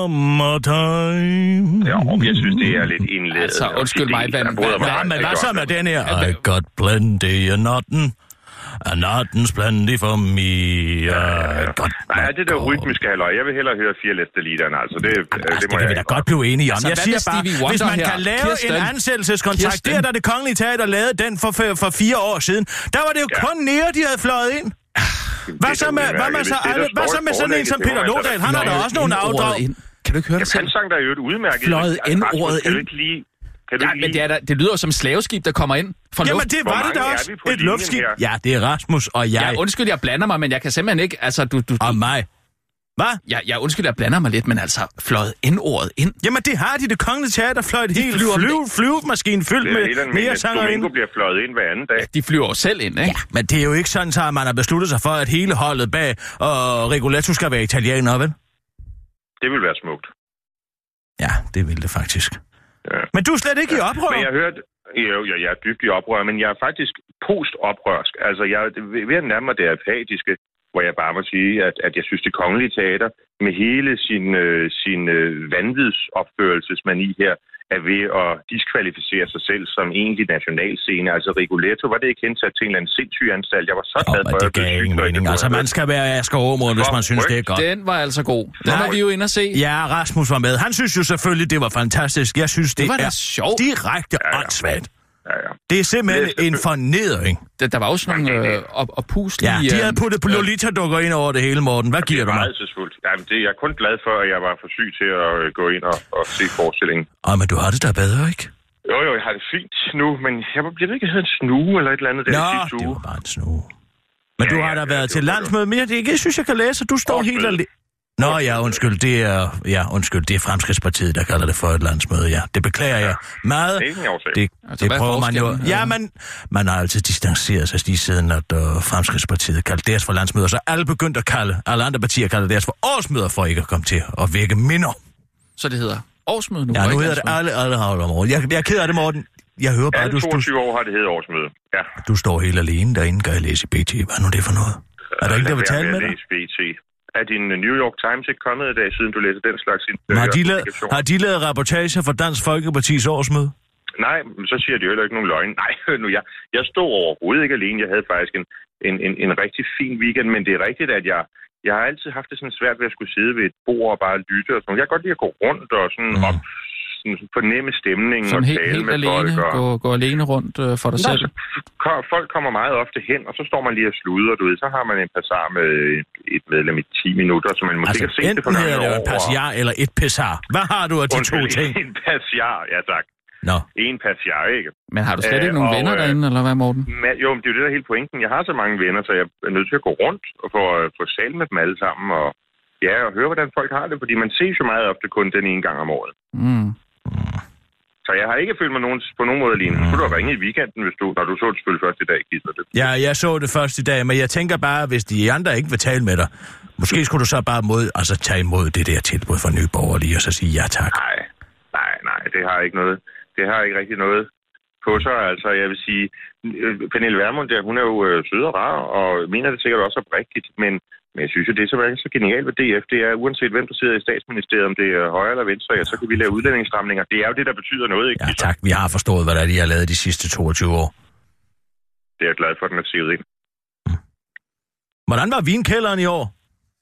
Summertime. Ja, jeg synes, det er lidt indledet. Altså, undskyld mig, hvad... Ja, men hvad så med den her? I got plenty of nothing. Er natten splendid for mig. Ja, ja, ja. God, nej, det der rytmiske halløj. Jeg vil hellere høre fire læsteliterne, altså. Det, altså, det, det må det kan vi da godt blive enige om. Altså, jeg siger bare, hvis man kan lave Kirsten. en ansættelseskontrakt, der da Det Kongelige Teater lavede den for, for, for fire år siden, der var det jo ja. kun nære, de havde fløjet ind. Hvad så med, hvad med, så, alle, hvad så med sådan en som Peter Lodal? Han har da også nogle afdrag. Kan du ikke høre det selv? Han sang der jo et udmærket. Fløjet ind-ordet ind. Ja, men det, er der, det lyder som slaveskib, der kommer ind fra Jamen, det var det da også. Et luftskib. Her? Ja, det er Rasmus og jeg. Ja, undskyld, jeg blander mig, men jeg kan simpelthen ikke... Altså, du, du, du... Og mig. Hvad? Ja, jeg undskyld, jeg blander mig lidt, men altså, fløjet indordet ind. Jamen, det har de. Det Kongelige Teater fløjet helt flyve, flyvemaskinen fyldt med mere sanger ind. Det bliver fløjet ind hver anden dag. Ja, de flyver jo selv ind, ikke? Ja, men det er jo ikke sådan, at man har besluttet sig for, at hele holdet bag og Rigoletto skal være italiener, vel? Det vil være smukt. Ja, det vil det faktisk. Ja. Men du er slet ikke ja. i oprør? Men jeg har hørt... Jo, jeg, jeg er dybt i oprør, men jeg er faktisk post-oprørsk. Altså, jeg er ved at nærme mig det apatiske, hvor jeg bare må sige, at, at jeg synes, Det Kongelige Teater med hele sin, øh, sin øh, vanvidsopførelsesmani her, er ved at diskvalificere sig selv som egentlig nationalscene. Altså Rigoletto, var det ikke hensat til en eller anden sindssyg anstalt? Jeg var så glad for, at det gav ingen mening. Altså, man skal være Asger Aamund, hvis man synes, det er godt. Den var altså god. Den var vi jo inde at se. Ja, Rasmus var med. Han synes jo selvfølgelig, det var fantastisk. Jeg synes, det, det er sjovt. Direkte ja, ja. åndssvagt. Ja, ja. Det er simpelthen det er en fornedring. Der, der var også nogle øh, op, oppuslige... Ja, de havde puttet Lolita-dukker ind over det hele, Morten. Hvad giver du mig? Det er meget Jamen, det er jeg kun glad for, at jeg var for syg til at gå ind og, og se forestillingen. Åh, men du har det da bedre, ikke? Jo, jo, jeg har det fint nu, men jeg bliver ikke hedder en snue eller et eller andet. Nå, det var bare en snue. Men ja, du har da ja, været ja, til landsmøde mere. Det er ikke, jeg synes, jeg kan læse, at du står helt alene. Nå ja, undskyld, det er, ja, undskyld, det er Fremskridtspartiet, der kalder det for et landsmøde, ja. Det beklager jeg meget. Det, altså, det prøver man jo. Ja, men man har altid distanceret sig lige siden, at uh, Fremskridtspartiet kaldte deres for landsmøder, så alle begyndte at kalde, alle andre partier kalder deres for årsmøder, for ikke at komme til at vække minder. Så det hedder årsmøde nu? Ja, nu hedder det alle, alle har det om jeg, jeg er ked af det, Morten. Jeg hører bare, alle du... toogtyve år har det hedder årsmøde, ja. Du står helt alene derinde, kan jeg læse i B T. Hvad er nu det for noget? Er der ikke, der vil tale med dig? B T. Er din New York Times ikke kommet i dag, siden du læser den slags... Har de, lavet, har de lavet rapportager for Dansk Folkepartis årsmøde? Nej, så siger de jo heller ikke nogen løgn. Nej, nu jeg, jeg stod overhovedet ikke alene. Jeg havde faktisk en, en, en, en rigtig fin weekend, men det er rigtigt, at jeg, jeg har altid haft det sådan svært ved at skulle sidde ved et bord og bare lytte og sådan. Jeg kan godt lide at gå rundt og sådan mm. op, sådan fornemme stemningen sådan og helt, tale helt med alene, folk. Og... Gå, gå alene rundt øh, for dig Nå, selv? Så, folk kommer meget ofte hen, og så står man lige og sluder, du ved. Så har man en passar med et medlem i ti minutter, så man måske altså, ikke har set det for enten mange hedder det år. en passar eller et passar. Hvad har du af de Undskyld, to ting? En passar, ja tak. Nå. En passar, ikke? Men har du slet ikke Æh, nogen og, venner derinde, eller hvad, Morten? Ma- jo, men det er jo det, der er hele pointen. Jeg har så mange venner, så jeg er nødt til at gå rundt og få, få sal med dem alle sammen, og ja, og høre, hvordan folk har det, fordi man ses jo meget ofte kun den ene gang om året. Mm. Så jeg har ikke følt mig nogen, på nogen måde alene. Så skulle du have ringet i weekenden, hvis du, når du så det selvfølgelig først i dag, Kisser. Det. Ja, jeg så det først i dag, men jeg tænker bare, hvis de andre ikke vil tale med dig, måske skulle du så bare mod, altså tage imod det der tilbud fra Nye Borgerlige, og så sige ja tak. Nej, nej, nej, det har ikke noget. Det har ikke rigtig noget på sig. Altså, jeg vil sige, Pernille Vermund der, hun er jo øh, sød og rar, og mener det sikkert også oprigtigt, men, men jeg synes jo, det er så, så genialt ved D F, det er, uanset hvem der sidder i statsministeriet, om det er højre eller venstre, ja, så kan vi lave udlændingsstramninger. Det er jo det, der betyder noget, ikke? Ja tak, vi har forstået, hvad der er, de har lavet de sidste toogtyve år. Det er jeg glad for, at den er sivet ind. Mm. Hvordan var vinkælderen i år?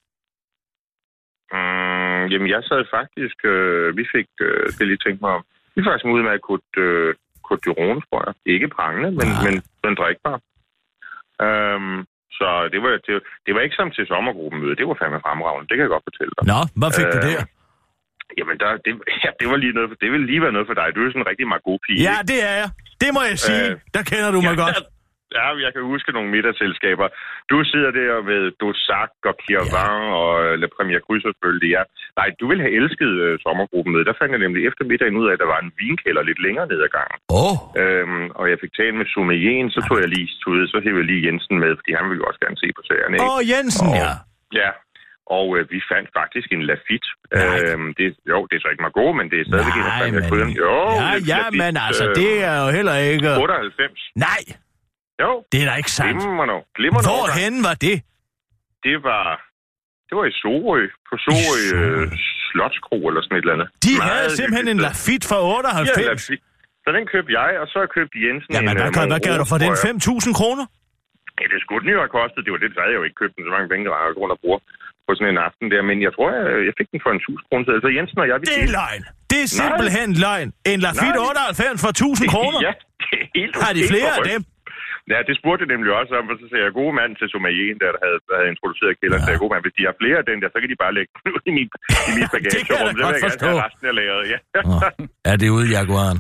Mm, jamen, jeg sad faktisk, øh, vi fik, øh, det lige tænkt mig om, vi er faktisk ude med at kunne øh, Côte d'Iron, tror jeg. Ikke prangende, men, men, men drikbar. Øhm, så det var, det, det var ikke som til sommergruppemøde. Det var fandme fremragende. Det kan jeg godt fortælle dig. Nå, hvad fik øh, du der? Jamen, der, det, ja, det var lige noget for, det ville lige være noget for dig. Du er sådan en rigtig Margot-pige. Ja, det er jeg. Det må jeg sige. Øh, der kender du mig ja, godt. Ja, jeg kan huske nogle middagsselskaber. Du sidder der ved Dosac og Kirvan ja. og Le Premier Cru selvfølgelig, ja. Nej, du ville have elsket uh, sommergruppemødet. Der fandt jeg nemlig efter middagen ud af, at der var en vinkælder lidt længere ned ad gangen. Oh. Øhm, og jeg fik talt med sommelieren, så tog jeg lige ud, så hævde jeg lige Jensen med, fordi han ville jo også gerne se på sagerne. Åh, oh, Jensen, og, ja. Ja, og øh, vi fandt faktisk en Lafite. Øhm, det, jo, det er så ikke Margot, men det er stadigvæk en, der fandt jeg krydden. Jo, ja, ja, Lafite, men altså, øh, det er jo heller ikke... otteoghalvfems. Nej! Jo. Det er da ikke sandt. Glimrende. Glimrende. Hvorhenne var det? Det var... Det var i Sorø. På Sorø øh, Slotskro eller sådan et eller andet. De Meget havde simpelthen en Lafite fra otteoghalvfems? Ja, Lafite. Så den købte jeg, og så købte Jensen ja, men en... Hvad, hvad, hvad gav du for den? fem tusind kroner? Ja, det skulle den jo have kostet. Det var det, så havde jeg jo ikke købt den så mange penge, der var grund af bruger på sådan en aften der. Men jeg tror, jeg, jeg fik den for en tusind kroner. Så Jensen og jeg... Vi det er løgn. Det er simpelthen Nej. løgn. En Lafite Nej. otteoghalvfems for tusind kroner? Ja, det er helt... Har de flere af dem? Ja, det spurgte jeg nemlig også om, for så sagde jeg, gode mand til sommelieren, der havde, der havde introduceret kælderen, ja. Så sagde jeg, gode mand, hvis de har flere af den der, så kan de bare lægge den ud i mit, i mit bagagerum. Det kan jeg da godt forstå. Det resten af lageret, ja. Oh, er det ude i Jaguaren?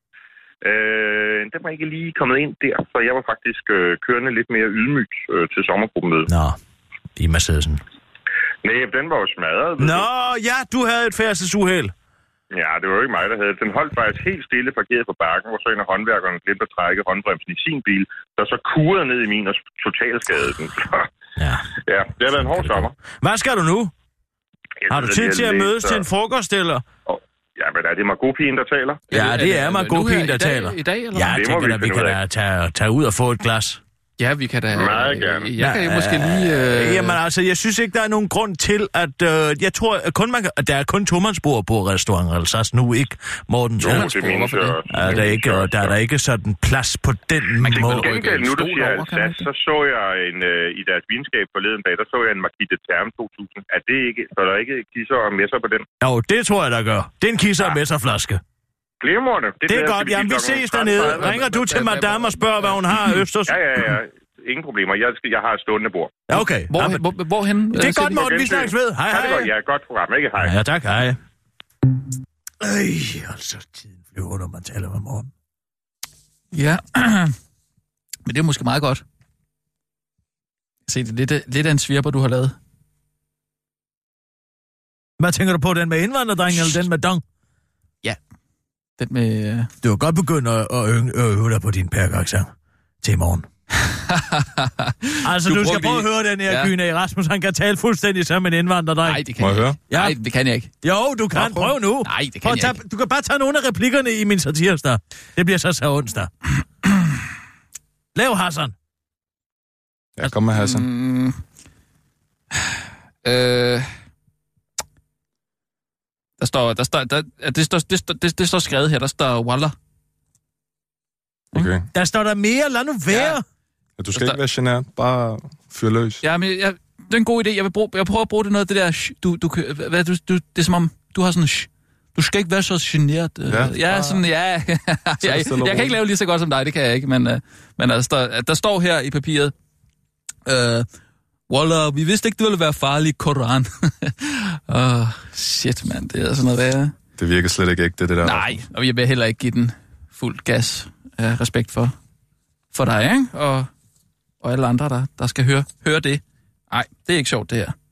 Øh, den var ikke lige kommet ind der, så jeg var faktisk øh, kørende lidt mere ydmygt øh, til sommergruppemødet. Nå, i Mercedesen. Nej, den var jo smadret. Nå, ja, du havde et færdselsuheld. Ja, det var jo ikke mig, der havde det. Den holdt faktisk helt stille parkeret på bakken, hvor så en af håndværkerne glemte at trække håndbremsen i sin bil, der så kurede ned i min og totalskadede den. ja. ja, det har været en hård sommer. Hvad skal du nu? Jeg har du tid til at mødes til en frokost, eller? Oh, ja, men er det Margot-pigen, der taler? Ja, det er Margot-pigen, der taler. I dag, eller? Ja, jeg tænker, at vi kan da tage, tage ud og få et glas. Ja, vi kan da... Meget gerne. Jeg kan jo måske lige... Øh... Jamen altså, jeg synes ikke, der er nogen grund til, at... Øh, jeg tror, at kun man kan, at der er kun tomandsbord på restauranter, altså nu ikke, Morten. Tomandsbord, hvorfor det? Er der, ikke, og der er der ikke sådan plads på den man måde. Men gengæld, nu du siger Alsace, så så jeg en, øh, i deres vinskab forleden dag, der så jeg en Marquis de Terme to tusind. Er det ikke... Så er der ikke kisser og messer på den? Jo, det tror jeg, der gør. Det er en kisser ja. og messerflaske. Glimrende. Det, det er godt. Jamen, vi ses dernede. Ringer du til madame og spørger, hvad hun har af østers? Ja, ja, ja. Ingen problemer. Jeg, skal, jeg har et stående bord. Ja, okay. Hvor, ja, hvor, hvorhen? Det er godt, Morten. Vi snakkes ved. Hej, hej. Ja, det er godt program. Ikke hej. Ja, tak. Hej. Øj, altså, tiden flyver, når man taler med Morten. Ja, men det er måske meget godt. Se, det er lidt, lidt af en svirper, du har lavet. Hvad tænker du på? Den med indvandrerdreng, eller den med dong? Ja, den med... Du kan godt begynde at, at øve, øve dig på din perkeraccent til i morgen. altså, du, du skal prøve lige... at høre den her ja. Kyne. Rasmus, han kan tale fuldstændig som en indvandrerdreng. Nej, det kan jeg ikke. Ja. Nej, det kan jeg ikke. Jo, du kan. Prøv, prøv nu. Nej, det kan jeg tage, ikke. Du kan bare tage nogle af replikkerne i min satirsdag. Det bliver så så onsdag. Lav Hassan. Ja, kom med Hassan. Mm. Øh... Der står, der står, der, det, står, det, står, det, det står skrevet her, der står Waller. Okay. Der står der mere, lad nu være. Ja. Ja, du skal ikke være genert, bare fyr løs. Ja, men jeg, det er en god idé. Jeg vil bruge, jeg prøver at bruge det noget af det der... Sh, du, du, hvad, du, du, det er som om, du har sådan... Sh, du skal ikke være så generet. Ja, ja sådan, ja. jeg, jeg, jeg kan ikke lave lige så godt som dig, det kan jeg ikke. Men, uh, men altså, der, der står her i papiret... Uh, Wallah, vi vidste ikke, det ville være farligt, Koran. Åh, oh, shit, mand. Det er sådan noget værre. Det virker slet ikke ægte, det der. Nej, og jeg vil heller ikke give den fuld gas. Uh, respekt for, for dig, ikke? Og, og alle andre, der, der skal høre, høre det. Nej, det er ikke sjovt, det her.